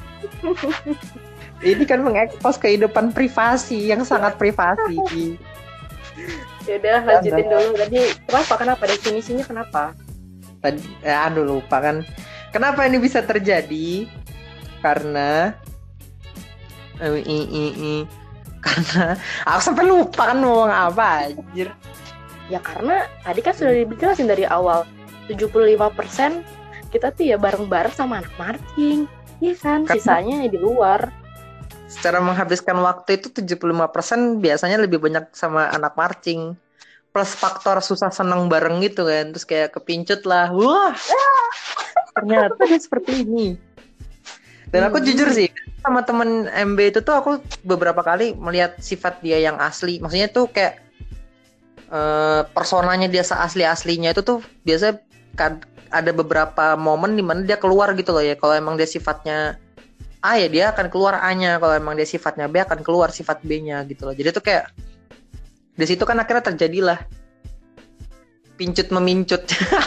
A: Ini kan mengekspos kehidupan privasi yang sangat privasi.
B: Ya udah lanjutin dulu. Tadi kenapa? Kenapa definisinya kenapa?
A: Tadi, ya, aduh lupa kan. Kenapa ini bisa terjadi? Karena, uh, i, i, i. karena aku sampai lupa kan ngomong apa, anjir.
B: Ya karena tadi kan sudah dijelasin dari awal. tujuh puluh lima persen kita tuh ya bareng-bareng sama anak marching. Iya kan, karena sisanya di luar.
A: Secara menghabiskan waktu itu tujuh puluh lima persen biasanya lebih banyak sama anak marching. plus faktor susah seneng bareng gitu kan, terus kayak kepincut lah, wah ternyata dia seperti ini. Dan aku
B: Hmm.
A: jujur sih sama temen M B itu tuh aku beberapa kali melihat sifat dia yang asli, maksudnya tuh kayak eh, personanya dia seasli aslinya itu tuh biasa kad- ada beberapa momen dimana dia keluar gitu loh ya. Kalau emang dia sifatnya A ya dia akan keluar A-nya, kalau emang dia sifatnya B akan keluar sifat B-nya gitu loh. Jadi tuh kayak di situ kan akhirnya terjadilah pincut memincut.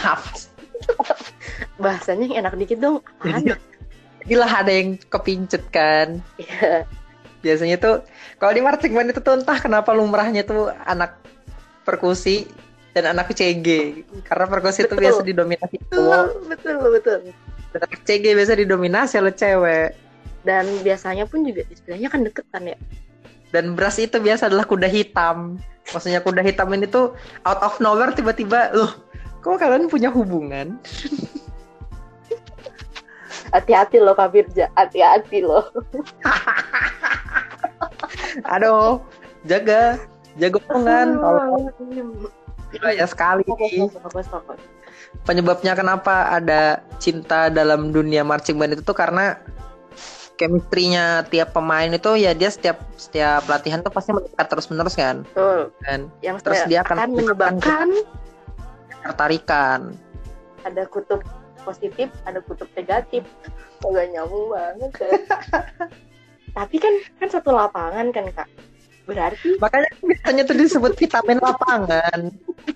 B: Bahasanya yang enak dikit dong.
A: Jadi
B: Apaan?
A: jadilah ada yang kepincut kan.
B: Iya.
A: Biasanya tuh kalau di marching band itu tuh entah kenapa lumrahnya tuh anak perkusi dan anak C G. Karena perkusi itu
B: Betul.
A: biasa didominasi cowok,
B: Betul, betul, betul.
A: dan anak C G biasa didominasi oleh cewek.
B: Dan biasanya pun juga istilahnya kan deketan ya.
A: Dan beras itu biasa adalah kuda hitam. Maksudnya kuda hitam ini tuh out of nowhere tiba-tiba, loh, kok kalian punya hubungan?
B: Hati-hati loh Kak Firja, hati-hati loh.
A: Aduh, jaga, jaga hubungan. Kalau ya sekali.
B: Fokus, fokus, fokus.
A: Penyebabnya kenapa ada cinta dalam dunia marching band itu tuh karena chemistry-nya tiap pemain itu ya dia setiap setiap latihan tuh pasti meningkat terus-menerus kan.
B: Betul.
A: Dan
B: Yang
A: terus
B: saya
A: dia akan
B: akan menyebabkan
A: ketertarikan.
B: ada kutub positif, ada kutub negatif. Oh, gak nyambung banget kan. Tapi kan kan satu lapangan kan Kak. Berarti
A: Makanya biasanya tuh disebut vitamin lapangan.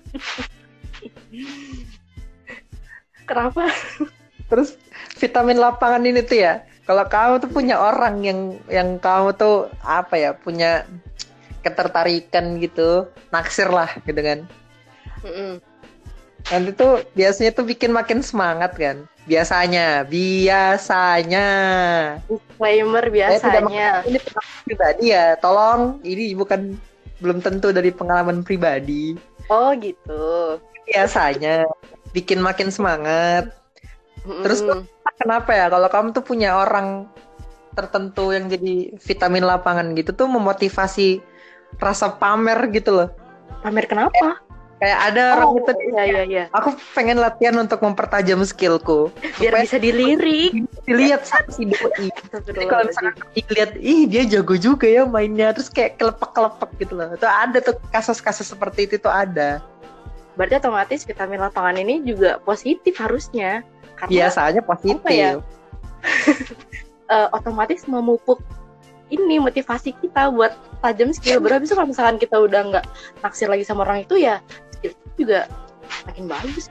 B: kenapa?
A: Terus vitamin lapangan ini tuh ya, kalau kamu tuh punya orang yang yang kamu tuh apa ya, punya ketertarikan gitu, naksir lah gitu kan.
B: Mm-mm.
A: Nanti tuh biasanya tuh bikin makin semangat kan. Biasanya, biasanya.
B: Disclaimer
A: Saya tidak
B: biasanya.
A: mengatakan ini pengalaman pribadi ya. Tolong, ini bukan belum tentu dari pengalaman pribadi.
B: Oh gitu.
A: Biasanya bikin makin semangat.
B: Mm-mm.
A: Terus tuh, kenapa ya kalau kamu tuh punya orang tertentu yang jadi vitamin lapangan gitu tuh memotivasi rasa pamer gitu loh.
B: Pamer kenapa?
A: Kayak ada orang
B: Oh,
A: itu
B: iya iya iya.
A: aku pengen latihan untuk mempertajam skillku
B: Biar
A: supaya
B: bisa dilirik.
A: dilihat sama si doi. Jadi kalau misalkan
B: Astagfirullahaladzim.
A: dilihat, ih dia jago juga ya mainnya, terus kayak kelepek-kelepek gitu loh. Itu ada tuh kasus-kasus seperti itu tuh ada.
B: Berarti otomatis vitamin lapangan ini juga positif harusnya. Karena
A: Biasanya positif.
B: apa ya? eh, otomatis memupuk ini motivasi kita buat tajam skill. Baru habis itu kalau misalkan kita udah nggak naksir lagi sama orang itu ya skill kita juga makin bagus.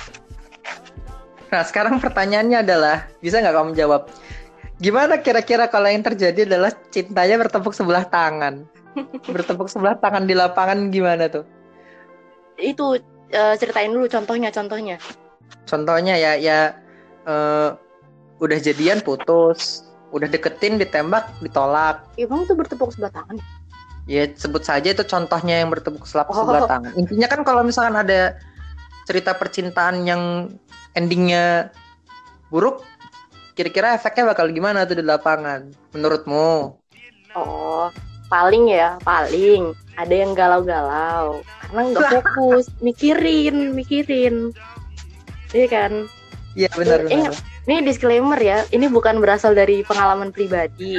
A: Nah sekarang pertanyaannya adalah, bisa nggak kamu jawab? Gimana kira-kira kalau yang terjadi adalah cintanya bertepuk sebelah tangan? Bertepuk sebelah tangan di lapangan gimana tuh?
B: Itu eh, ceritain dulu contohnya contohnya.
A: Contohnya ya, ya eh, udah jadian putus, udah deketin ditembak ditolak.
B: Emang tuh bertepuk sebelah tangan?
A: Ya sebut saja itu contohnya yang bertepuk sebelah,
B: Oh.
A: sebelah tangan. Intinya kan kalau misalkan ada cerita percintaan yang endingnya buruk, kira-kira efeknya bakal gimana tuh di lapangan menurutmu?
B: Oh, paling ya, paling ada yang galau-galau karena nggak fokus, mikirin, mikirin. Iya kan?
A: Iya benar
B: Eh,
A: benar.
B: Ini disclaimer ya, ini bukan berasal dari pengalaman pribadi.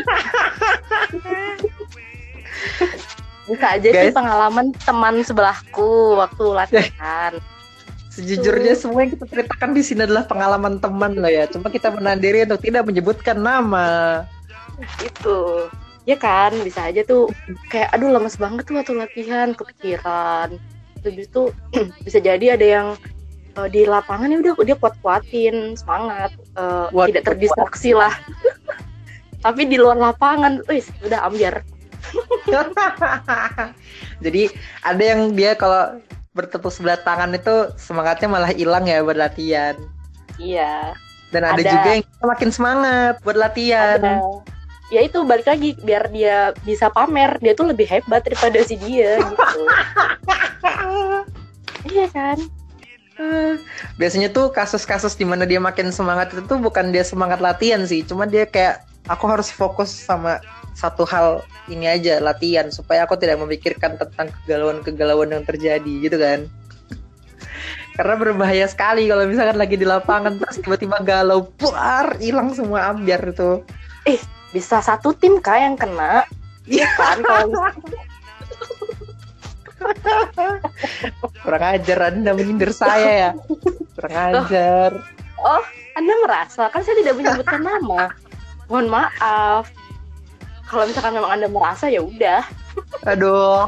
B: Bisa aja sih
A: Guys.
B: pengalaman teman sebelahku waktu latihan.
A: Sejujurnya semua yang kita ceritakan di sini adalah pengalaman teman loh ya. Cuma kita menahan diri untuk tidak menyebutkan nama.
B: Itu. Ya kan, bisa aja tuh kayak aduh lemes banget tuh waktu latihan, kepikiran. Terus itu bisa jadi ada yang uh, di lapangan ya udah dia kuat-kuatin, semangat, uh,
A: Kuat-
B: tidak terdistraksi lah. Tapi di luar lapangan, wis udah ambiar.
A: Jadi ada yang dia kalau bertepuk sebelah tangan itu semangatnya malah hilang ya buat latihan.
B: Iya.
A: Dan ada,
B: Ada.
A: juga yang makin semangat buat latihan.
B: Ada. Ya itu balik lagi biar dia bisa pamer, dia tuh lebih hebat daripada si dia gitu. Iya kan?
A: Biasanya tuh kasus-kasus di mana dia makin semangat itu tuh bukan dia semangat latihan sih, cuma dia kayak aku harus fokus sama satu hal ini aja, latihan, supaya aku tidak memikirkan tentang kegalauan-kegalauan yang terjadi gitu kan. Karena berbahaya sekali kalau misalkan lagi di lapangan terus tiba-tiba galau, buar, hilang semua ambiar itu.
B: Eh, bisa satu tim kah yang kena? Iya kan kalau
A: kurang ajar Anda menyindir saya ya. Kurang ajar.
B: Oh, Anda merasa kan saya tidak menyebutkan nama. Mohon maaf. Kalau misalkan memang Anda merasa ya udah.
A: Aduh.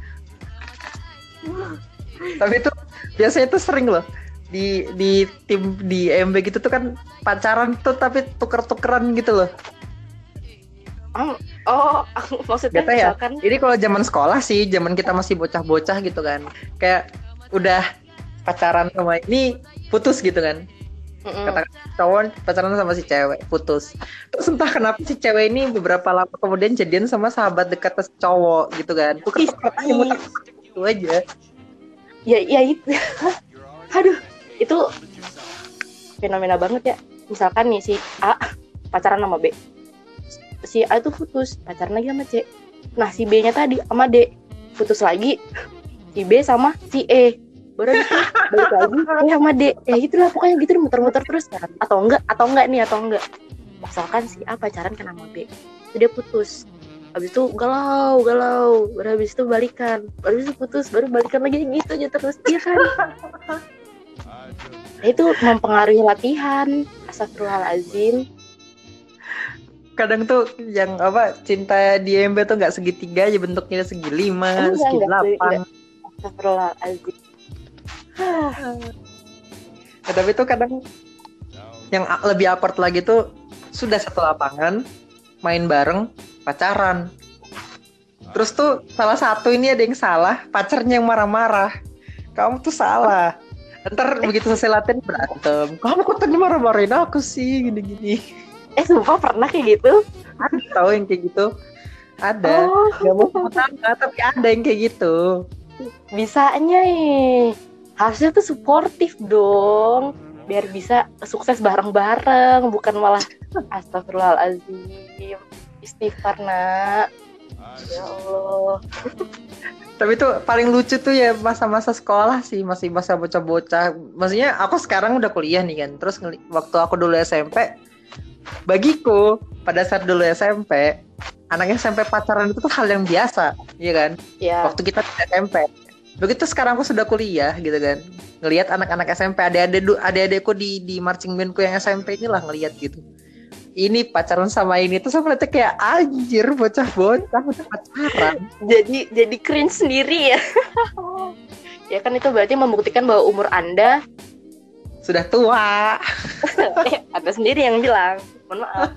A: Tapi itu biasanya tuh sering loh di di tim di M B gitu tuh kan pacaran tuh tapi tuker-tukeran gitu loh.
B: Oh, oh maksudnya
A: Gak ya.
B: misalkan
A: Jadi kalau zaman sekolah sih, zaman kita masih bocah-bocah gitu kan, kayak udah pacaran sama ini putus gitu kan. Katakan cowok pacaran sama si cewek putus. Terus entah kenapa si cewek ini beberapa lama kemudian jadian sama sahabat dekat si cowok gitu kan. Tuker-tukeran muter itu aja.
B: Ya, ya itu. Aduh, itu fenomena banget ya. Misalkan nih si A pacaran sama B, si A itu putus pacaran lagi sama C. Nah si B-nya tadi sama D putus lagi, si B sama si E baru gitu balik lagi E sama D. Ya gitulah pokoknya gitu muter-muter terus kan. Atau enggak, atau enggak nih, atau enggak. Misalkan si A pacaran kan sama B, itu dia putus. Habis itu galau, galau, baru habis itu balikan, baru habis itu putus, baru balikan lagi gitu aja terus, iya kan? Nah, itu mempengaruhi latihan. Astagfirullahaladzim.
A: Kadang tuh yang apa cinta di M B tuh nggak segitiga aja bentuknya, segi lima,
B: Enggak,
A: segi
B: enggak,
A: delapan.
B: enggak. Astagfirullahaladzim.
A: Nah, tapi tuh kadang yang lebih awkward lagi tuh sudah satu lapangan main bareng pacaran. Terus tuh salah satu ini ada yang salah, pacarnya yang marah-marah. Kamu tuh salah. Ntar begitu selesai latihan berantem. Kamu kok tadi marah-marahin aku sih gini-gini.
B: Eh sumpah pernah kayak gitu?
A: Ada tahu yang kayak gitu. Ada.
B: Oh.
A: Gak mau sebut nama tapi ada yang kayak gitu.
B: Bisanya eh. Harusnya tuh suportif dong. Biar bisa sukses bareng-bareng. Bukan malah astagfirullahaladzim. Istighfar nak. Ya Allah.
A: Tapi tuh paling lucu tuh ya masa-masa sekolah sih, masih masa bocah-bocah. Maksudnya aku sekarang udah kuliah nih kan. Terus ngeli- waktu aku dulu S M P, bagiku pada saat dulu S M P, anak S M P pacaran itu tuh hal yang biasa, iya kan?
B: Ya.
A: Waktu kita di S M P. Begitu sekarang aku sudah kuliah gitu kan. Ngelihat anak-anak S M P, adik-adik adik-adikku di di marching bandku yang S M P inilah ngelihat gitu. Ini pacaran sama ini tuh sama kayak anjir bocah-bocah udah pacaran.
B: Jadi jadi cringe sendiri ya. Ya kan itu berarti membuktikan bahwa umur Anda
A: Sudah tua.
B: eh, Anda sendiri yang bilang. Mohon maaf.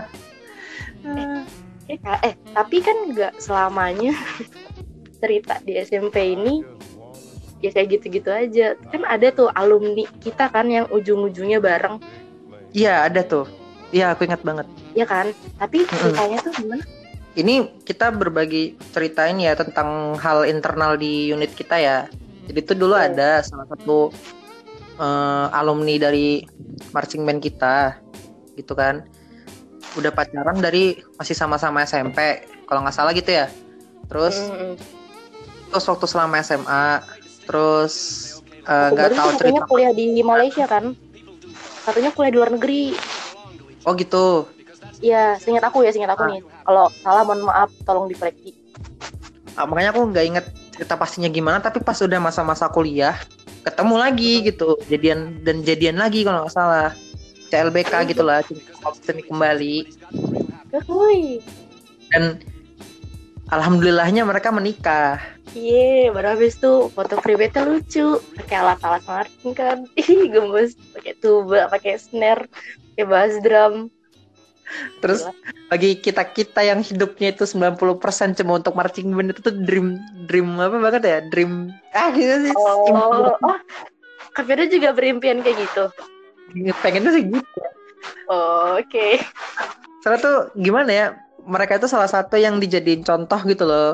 B: Eh, eh, eh tapi kan nggak selamanya cerita di S M P ini ya kayak gitu-gitu aja. Kan ada tuh alumni kita kan yang ujung-ujungnya bareng.
A: Iya ada tuh. Iya aku ingat banget.
B: Ya kan? Tapi ceritanya tuh gimana?
A: Ini kita berbagi cerita ini ya tentang hal internal di unit kita ya. Jadi itu dulu
B: Oh.
A: ada salah satu uh, alumni dari marching band kita, gitu kan. Udah pacaran dari masih sama-sama S M P, kalau nggak salah gitu ya. Terus,
B: Mm-hmm.
A: terus waktu selama S M A, terus nggak uh, tahu cerita.
B: Satunya kuliah di Malaysia kan? Satunya kuliah di luar negeri.
A: Oh gitu.
B: Iya, seingat aku ya, seingat aku ah. nih. Kalau salah mohon maaf, tolong dikoreksi.
A: Ah, makanya aku nggak inget cerita pastinya gimana, tapi pas udah masa-masa kuliah ketemu lagi gitu, jadian dan jadian lagi kalau nggak salah. C L B K gitulah, seni kembali.
B: Woi.
A: Dan alhamdulillahnya mereka menikah.
B: Iya, baru habis tuh foto private lucu, pakai alat-alat marching kan, ih gemes, pakai tuba, pakai snare, pakai bass drum.
A: Terus gila. Bagi kita-kita yang hidupnya itu sembilan puluh persen cuma untuk marching band itu tuh dream dream apa banget ya, dream ah gitu sih.
B: Oh, oh Kak Firda juga berimpian kayak gitu.
A: Pengennya sih gitu.
B: Oh, oke. Okay.
A: Soalnya tuh gimana ya, mereka itu salah satu yang dijadiin contoh gitu loh.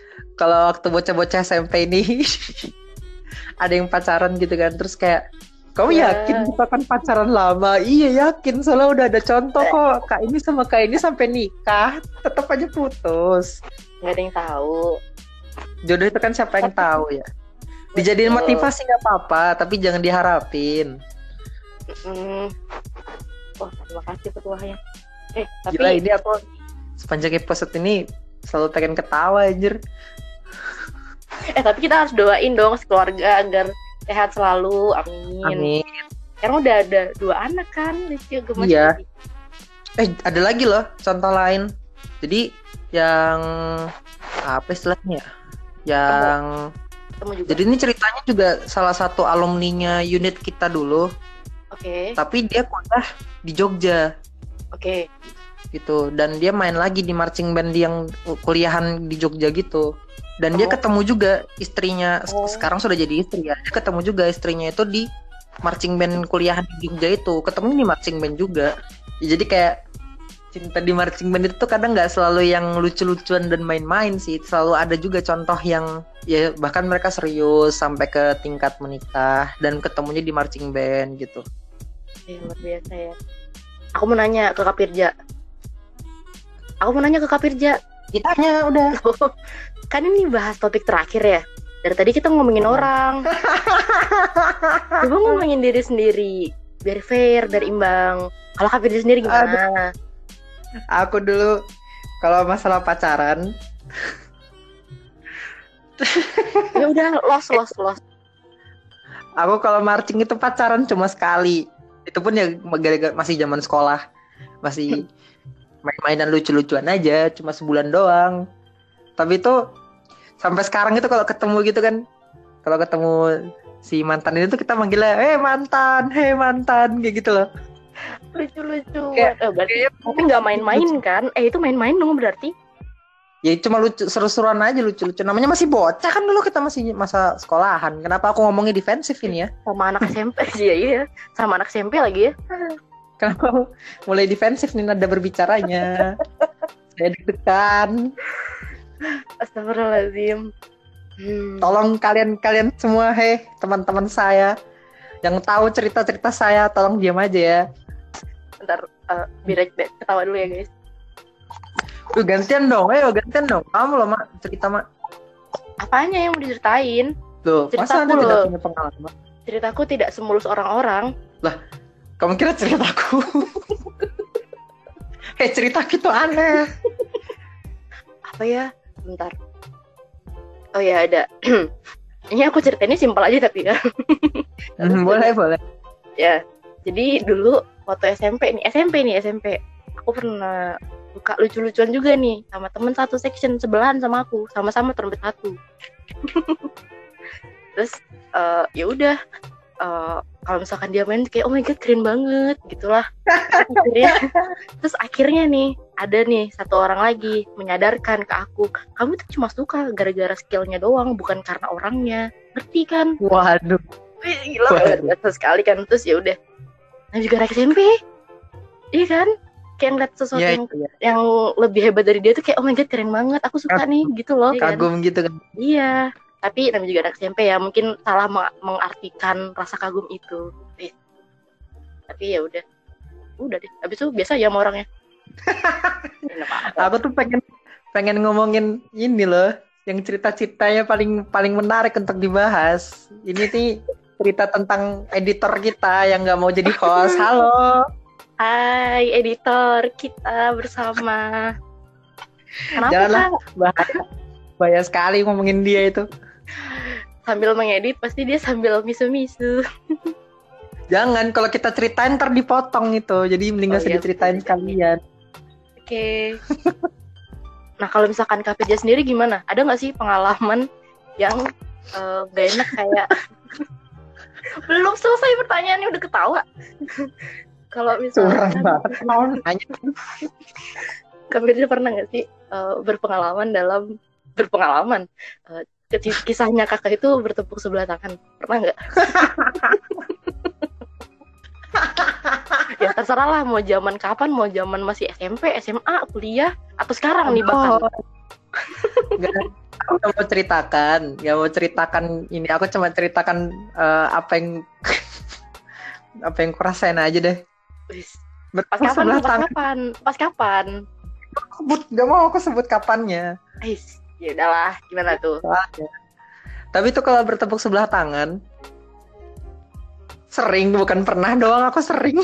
A: Kalau waktu bocah-bocah S M P ini ada yang pacaran gitu kan, terus kayak Kamu
B: Ya.
A: yakin kita kan pacaran lama? Iya yakin, soalnya udah ada contoh kok. Kak ini sama Kak ini sampai nikah, tetap aja putus.
B: Nggak ada yang tahu.
A: Jodoh itu kan siapa yang tahu ya. Dijadiin
B: Betul.
A: motivasi nggak apa-apa, tapi jangan diharapin.
B: Mm. Wah, terima kasih petuahnya. Eh, tapi
A: Gila, ini aku sepanjang episode ini selalu pengen ketawa anjir.
B: eh tapi kita harus doain dong sekeluarga agar sehat selalu. Amin.
A: Amin.
B: Sekarang udah ada dua anak kan, Rizky gemes.
A: Iya. Eh, ada lagi loh contoh lain. Jadi yang apa istilahnya? Yang
B: Ketemu juga.
A: jadi ini ceritanya juga salah satu alumninya unit kita dulu,
B: Oke,
A: tapi dia kuliah di Jogja
B: oke.
A: gitu, dan dia main lagi di marching band yang kuliahan di Jogja gitu. Dan dia
B: Oh.
A: ketemu juga istrinya,
B: Oh.
A: sekarang sudah jadi istri ya. Dia ketemu juga istrinya itu di marching band kuliahan di Jogja itu, ketemu di marching band juga. Ya, jadi kayak cinta di marching band itu tuh kadang nggak selalu yang lucu-lucuan dan main-main sih, selalu ada juga contoh yang ya bahkan mereka serius sampai ke tingkat menikah dan ketemunya di marching band gitu.
B: Eh, luar biasa ya. Aku mau nanya ke Kak Pirja. Aku mau nanya ke Kak Pirja.
A: Ditanya udah.
B: Kan ini bahas topik terakhir ya. Dari tadi kita ngomongin orang. Coba ngomongin diri sendiri. Biar fair, biar imbang. Kalau Kak Pirja sendiri gimana?
A: Aku dulu kalau masalah pacaran,
B: Ya udah, los, los, los.
A: aku kalau marching itu pacaran cuma sekali. Itu pun ya gara-gara masih zaman sekolah, masih main-mainan lucu-lucuan aja, cuma sebulan doang. Tapi itu sampai sekarang itu kalau ketemu gitu kan, kalau ketemu si mantan ini tuh kita manggilnya, "Hei mantan, hei mantan," kayak gitu loh.
B: Lucu-lucu.
A: Kayak-
B: Eh, berarti
A: kayak-
B: tapi nggak main-main kan? Eh, itu main-main dong berarti.
A: Ya cuma lucu, seru-seruan aja, lucu-lucu. Namanya masih bocah kan dulu, kita masih masa sekolahan. Kenapa aku ngomongnya defensif ini ya?
B: Sama anak S M P sih ya, iya. Sama anak S M P lagi ya.
A: Kenapa mulai defensif nih nada berbicaranya? Saya deg-degan.
B: Astagfirullahaladzim. Hmm.
A: Tolong kalian-kalian semua, hei teman-teman saya yang tahu cerita-cerita saya, tolong diam aja ya.
B: Ntar uh, biar biar ketawa dulu ya guys.
A: Tuh gantian dong, ayo gantian dong. Kamu loh mak cerita mak.
B: Apanya yang mau diceritain?
A: Tuh, masa
B: Ceritaku
A: anda tidak
B: loh.
A: punya pengalaman?
B: Ceritaku tidak semulus orang-orang.
A: Kamu kira ceritaku? Hei cerita gitu aneh.
B: Apa ya? Bentar. Oh ya ada. Ini aku ceritainnya simpel aja tapi ya.
A: Hmm, boleh boleh.
B: Ya. Jadi dulu waktu S M P nih, S M P nih S M P. Aku pernah buka lucu-lucuan juga nih sama temen satu section sebelahan sama aku, sama-sama trompet satu. Terus uh, ya udah uh, kalau misalkan dia main kayak oh my god keren banget gitulah. Akhirnya, terus akhirnya nih ada nih satu orang lagi menyadarkan ke aku, kamu tuh cuma suka gara-gara skillnya doang, bukan karena orangnya, ngerti kan?
A: Waduh.
B: Wih, gila
A: Waduh.
B: luar biasa sekali kan. Terus ya udah, nah juga anak S M P, iya kan? Kayak ngeliat sesuatu
A: Iya,
B: yang
A: iya.
B: yang lebih hebat dari dia tuh kayak oh my god keren banget, aku suka nih gitu loh. Iya kan?
A: Kagum gitu kan.
B: Iya, tapi namanya juga anak S M P ya, mungkin salah meng- mengartikan rasa kagum itu. Eh, Tapi ya udah, udah deh. Habis itu biasa aja sama orangnya. Ya, nggak apa-apa.
A: Aku tuh pengen pengen ngomongin ini loh, yang cerita-ceritanya paling paling menarik untuk dibahas. Ini nih cerita tentang editor kita yang nggak mau jadi host. Halo.
B: Hai editor kita bersama. Kenapa
A: Janganlah.
B: Kak?
A: Bahaya, bahaya sekali ngomongin dia itu.
B: Sambil mengedit pasti dia sambil misu-misu.
A: Jangan, kalau kita ceritain ntar dipotong itu. Jadi mending nggak
B: Oh,
A: usah
B: iya,
A: diceritain
B: betul.
A: sekalian.
B: Oke. Nah kalau misalkan Kak Pirja sendiri gimana? Ada nggak sih pengalaman yang eh, gak enak kayak belum selesai pertanyaannya udah ketawa. Kalau
A: Curang
B: misalkan
A: banget. Mau nanya.
B: Kak Pirja pernah nggak sih eh, berpengalaman dalam berpengalaman eh, kis- kisahnya kakak itu bertepuk sebelah tangan, pernah nggak? Ya terserah lah, mau zaman kapan, mau zaman masih S M P, S M A, kuliah, atau sekarang nih bahkan.
A: Oh. Nggak, aku nggak mau ceritakan, nggak mau ceritakan ini. Aku cuma ceritakan eh, apa yang Apa yang kurasain aja deh.
B: Wis. Pas
A: Bertepuk
B: kapan?
A: sebelah
B: Pas
A: tangan.
B: kapan? Pas kapan?
A: Sebut, gak mau aku sebut kapannya.
B: Wis. Ya udahlah, gimana tuh?
A: Soalnya. Tapi tuh kalau bertepuk sebelah tangan, sering, bukan pernah doang, aku sering.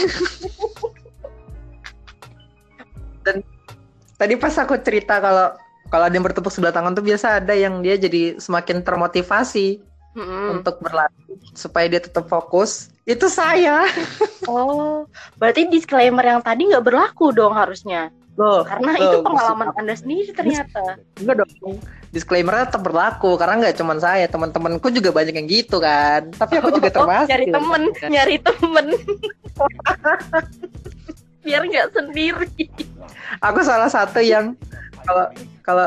A: Dan tadi pas aku cerita kalau kalau ada yang bertepuk sebelah tangan tuh biasa ada yang dia jadi semakin termotivasi
B: Mm-mm.
A: untuk berlatih supaya dia tetap fokus. Itu saya.
B: Oh, berarti disclaimer yang tadi nggak berlaku dong harusnya.
A: Loh,
B: Karena
A: loh,
B: itu pengalaman
A: maksud-
B: Anda sendiri ternyata.
A: Enggak dong. Disclaimer tetap berlaku karena nggak cuma saya, teman-temanku juga banyak yang gitu kan. Tapi aku juga termasuk.
B: Nyari temen, nyari temen. Biar nggak sendiri.
A: Aku salah satu yang kalau kalau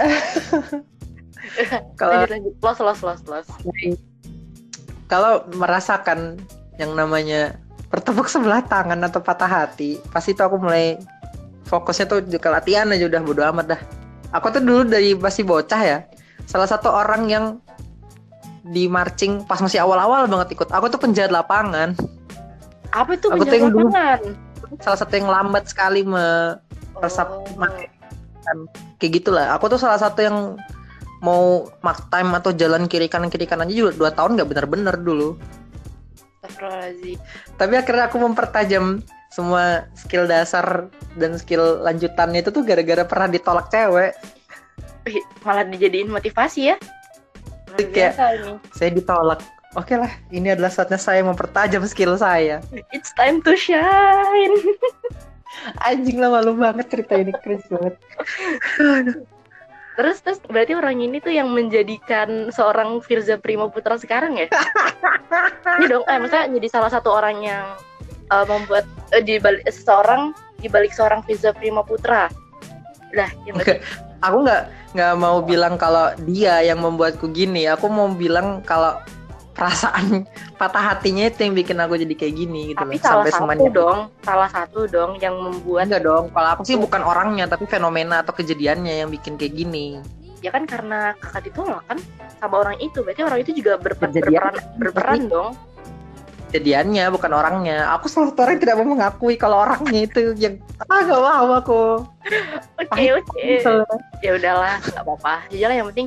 A: kalau
B: Lanjut lanjut. Los los los los.
A: kalau merasakan yang namanya bertepuk sebelah tangan atau patah hati, pasti itu aku mulai fokusnya tuh ke latihan aja, udah bodo amat dah. Aku tuh dulu dari masih bocah ya, salah satu orang yang di marching pas masih awal-awal banget ikut. Aku tuh penjahat lapangan,
B: Apa itu
A: Aku tuh yang
B: penjaga
A: dulu-
B: lapangan?
A: salah satu yang lambat sekali meresap
B: Oh.
A: kayak gitulah. Aku tuh salah satu yang mau mark time atau jalan kiri kanan kiri kanan aja juga dua tahun nggak bener-bener dulu.
B: Astagfirullahaladzim.
A: Tapi akhirnya aku mempertajam semua skill dasar dan skill lanjutannya itu tuh gara-gara pernah ditolak cewek.
B: Wih, malah dijadiin motivasi ya. Luar
A: Kayak-
B: biasa ini.
A: Saya ditolak. Oke lah, ini adalah saatnya saya mempertajam skill saya.
B: It's time to shine.
A: Anjing lah, malu banget cerita ini, cringe banget.
B: Terus terus berarti orang ini tuh yang menjadikan seorang Firza Prima Putra sekarang ya? Ini dong, eh maksudnya jadi salah satu orang yang uh, membuat uh, di balik seseorang di balik seorang Firza Prima Putra. Lah, yang
A: Oke. Aku nggak nggak mau bilang kalau dia yang membuatku gini. Aku mau bilang kalau perasaan patah hatinya itu yang bikin aku jadi kayak gini gitu
B: tapi
A: loh.
B: salah
A: Sampai
B: satu
A: semuanya.
B: dong, salah satu dong yang membuat
A: Enggak dong. Kalau aku sih bukan orangnya, tapi fenomena atau kejadiannya yang bikin kayak gini.
B: ya kan karena kakak ditolak kan sama orang itu, berarti orang itu juga berper-
A: Kejadian.
B: berperan berperan dong.
A: Kejadiannya bukan orangnya. Aku salah satu orang yang tidak mau mengakui kalau orangnya itu yang ah gak mau aku.
B: Oke oke. Ya udahlah, nggak apa-apa. Jujur lah yang penting.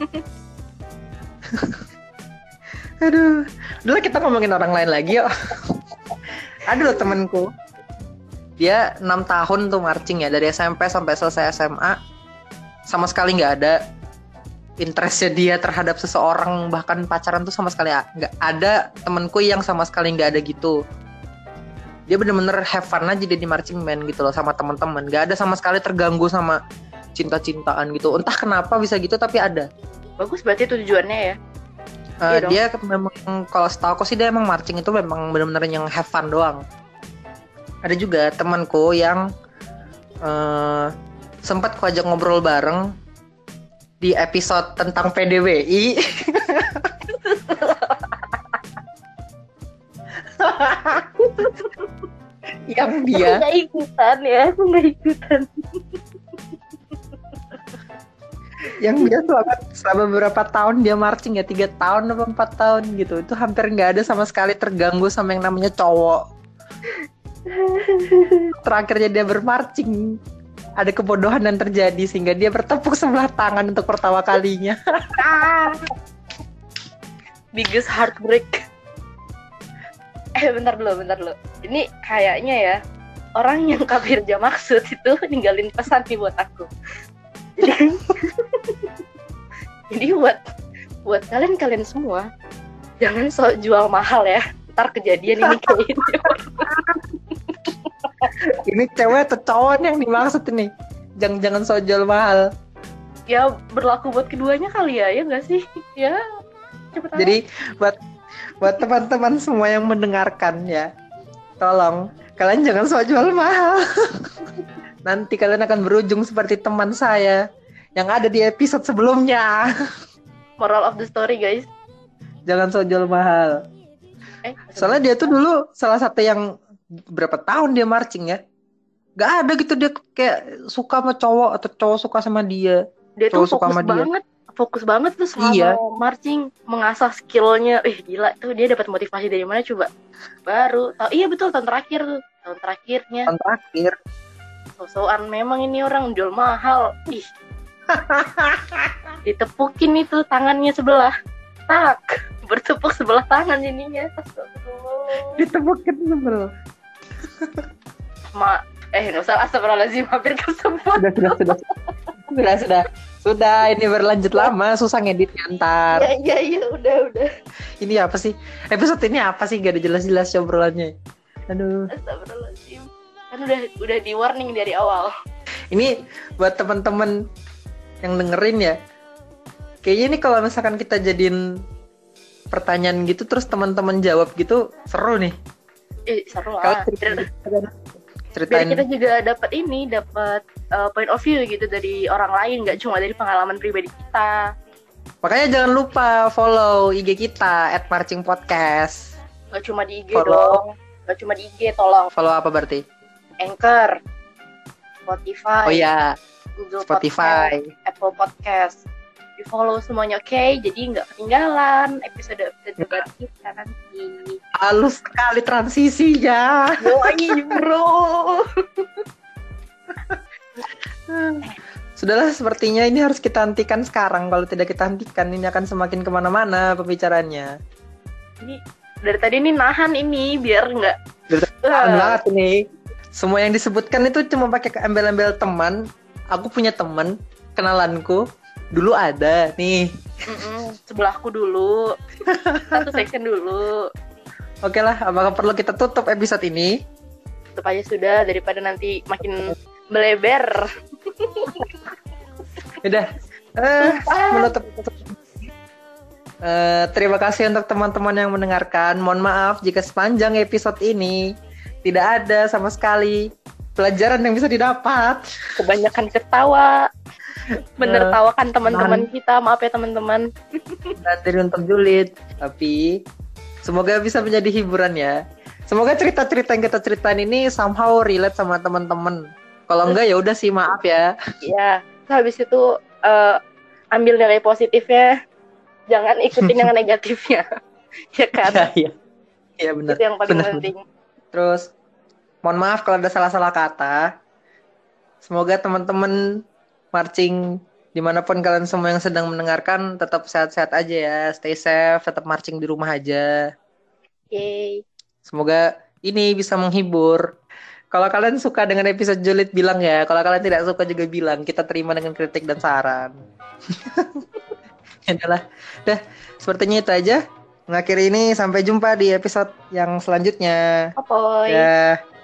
A: Aduh, dulu kita ngomongin orang lain lagi yuk. Aduh temenku, dia enam tahun tuh marching ya, dari S M P sampai selesai S M A, sama sekali nggak ada interestnya dia terhadap seseorang, bahkan pacaran tuh sama sekali nggak ada. Temenku yang sama sekali nggak ada gitu. Dia bener-bener have fun aja dia di marching band gitu loh sama teman-teman, nggak ada sama sekali terganggu sama cinta-cintaan gitu. Entah kenapa bisa gitu, tapi ada.
B: Bagus berarti itu tujuannya ya.
A: Uh,
B: Iya dong.
A: dia memang, kalau setahu aku sih dia emang marching itu memang benar-benar yang have fun doang. Ada juga temanku yang uh, sempat ku ajak ngobrol bareng di episode tentang P D W I. Yang dia
B: Aku nggak ikutan ya, aku nggak ikutan.
A: yang dia selama, selama beberapa tahun dia marching ya, tiga tahun atau empat tahun gitu, itu hampir nggak ada sama sekali terganggu sama yang namanya cowok. Terakhirnya dia bermarching, ada kebodohan yang terjadi sehingga dia bertepuk sebelah tangan untuk pertama kalinya.
B: Biggest heartbreak. Eh bentar dulu, bentar dulu. Ini kayaknya ya orang yang Kak Firja maksud itu ninggalin pesan nih buat aku. Jadi, jadi buat buat kalian kalian semua jangan sok jual mahal ya. Ntar kejadian ini kayak ini.
A: Ini cewek atau cowok yang dimaksud ini? Jangan jangan so jual mahal.
B: Ya berlaku buat keduanya kali ya, ya nggak sih? Ya cepet aja.
A: Jadi buat buat teman-teman semua yang mendengarkan ya, tolong kalian jangan so jual mahal. Nanti kalian akan berujung seperti teman saya yang ada di episode sebelumnya.
B: Moral of the story guys.
A: Jangan so jual mahal.
B: Eh,
A: Soalnya dia tuh dulu salah satu yang berapa tahun dia marching ya, gak ada gitu dia kayak suka sama cowok atau cowok suka sama dia.
B: dia tuh
A: cowok suka
B: fokus
A: sama dia.
B: banget, fokus banget tuh selama
A: Iya.
B: marching, mengasah skillnya. Eh gila tuh, dia dapat motivasi dari mana coba? Baru tahu. Iya betul, tahun terakhir tuh, tahun terakhirnya.
A: Tahun terakhir.
B: So-soan memang ini orang jual mahal. Ih. Ditepukin itu tangannya sebelah. Tak, bertepuk sebelah tangan ininya.
A: Ditemukan sebel.
B: Ma, eh nggak usah, astagfirullahaladzim, hampir kesebut.
A: Sudah, sudah, sudah. Sudah, sudah. Sudah, ini berlanjut lama, susah ngeditnya ntar.
B: Iya, iya, iya, udah, udah.
A: Ini apa sih? Episode ini apa sih? Gak ada jelas-jelas obrolannya. Aduh.
B: Astagfirullahaladzim. Kan udah udah di warning dari awal.
A: Ini buat teman-teman yang dengerin ya. Kayaknya ini kalau misalkan kita jadiin pertanyaan gitu terus teman-teman jawab gitu seru nih.
B: Eh, seru
A: Kalau
B: lah. Biar, biar
A: ceritain
B: kita juga dapat ini, dapat uh, point of view gitu dari orang lain, nggak cuma dari pengalaman pribadi kita.
A: makanya jangan lupa follow I G kita at marching podcast.
B: Nggak cuma di I G
A: Follow.
B: dong. Nggak cuma di I G, tolong.
A: Follow apa berarti?
B: Anchor, Spotify,
A: Oh ya,
B: Google
A: Spotify.
B: Podcast, Apple Podcast. Di follow semuanya, oke? Jadi nggak ketinggalan episode-episode baru kita nanti.
A: Halus sekali transisinya.
B: Yo, ini bro.
A: Sudahlah, sepertinya ini harus kita hentikan sekarang. Kalau tidak kita hentikan, ini akan semakin kemana-mana pembicaraannya.
B: Ini dari tadi ini nahan ini biar nggak.
A: Tahan banget ini. Semua yang disebutkan itu cuma pakai embel-embel teman. Aku punya teman, kenalanku. Dulu ada nih.
B: Mm-mm, sebelahku dulu. Satu section dulu.
A: Oke lah, apakah perlu kita tutup episode ini?
B: Tutup aja sudah, daripada nanti makin melebar.
A: Udah. Eh, menutup. Eh, terima kasih untuk teman-teman yang mendengarkan. Mohon maaf jika sepanjang episode ini tidak ada sama sekali pelajaran yang bisa didapat.
B: Kebanyakan ketawa. Menertawakan teman-teman
A: Nahan.
B: kita. Maaf ya teman-teman.
A: Materi untuk julid, tapi semoga bisa menjadi hiburan ya. Semoga cerita-cerita yang kita ceritain ini somehow relate sama teman-teman. Kalau enggak ya udah sih, maaf ya.
B: Ya, habis itu uh, ambil nilai positifnya, jangan ikutin yang negatifnya. Ya kan?
A: Iya, iya. Iya benar.
B: Itu yang paling
A: Benar.
B: penting.
A: Terus mohon maaf kalau ada salah-salah kata. Semoga teman-teman marching dimanapun kalian semua yang sedang mendengarkan tetap sehat-sehat aja ya, stay safe, tetap marching di rumah aja.
B: Oke.
A: Semoga ini bisa menghibur. Kalau kalian suka dengan episode julid bilang ya, kalau kalian tidak suka juga bilang, kita terima dengan kritik dan saran. Ya udahlah, dah sepertinya itu aja. Mengakhiri ini, sampai jumpa di episode yang selanjutnya.
B: Bye.
A: Ya.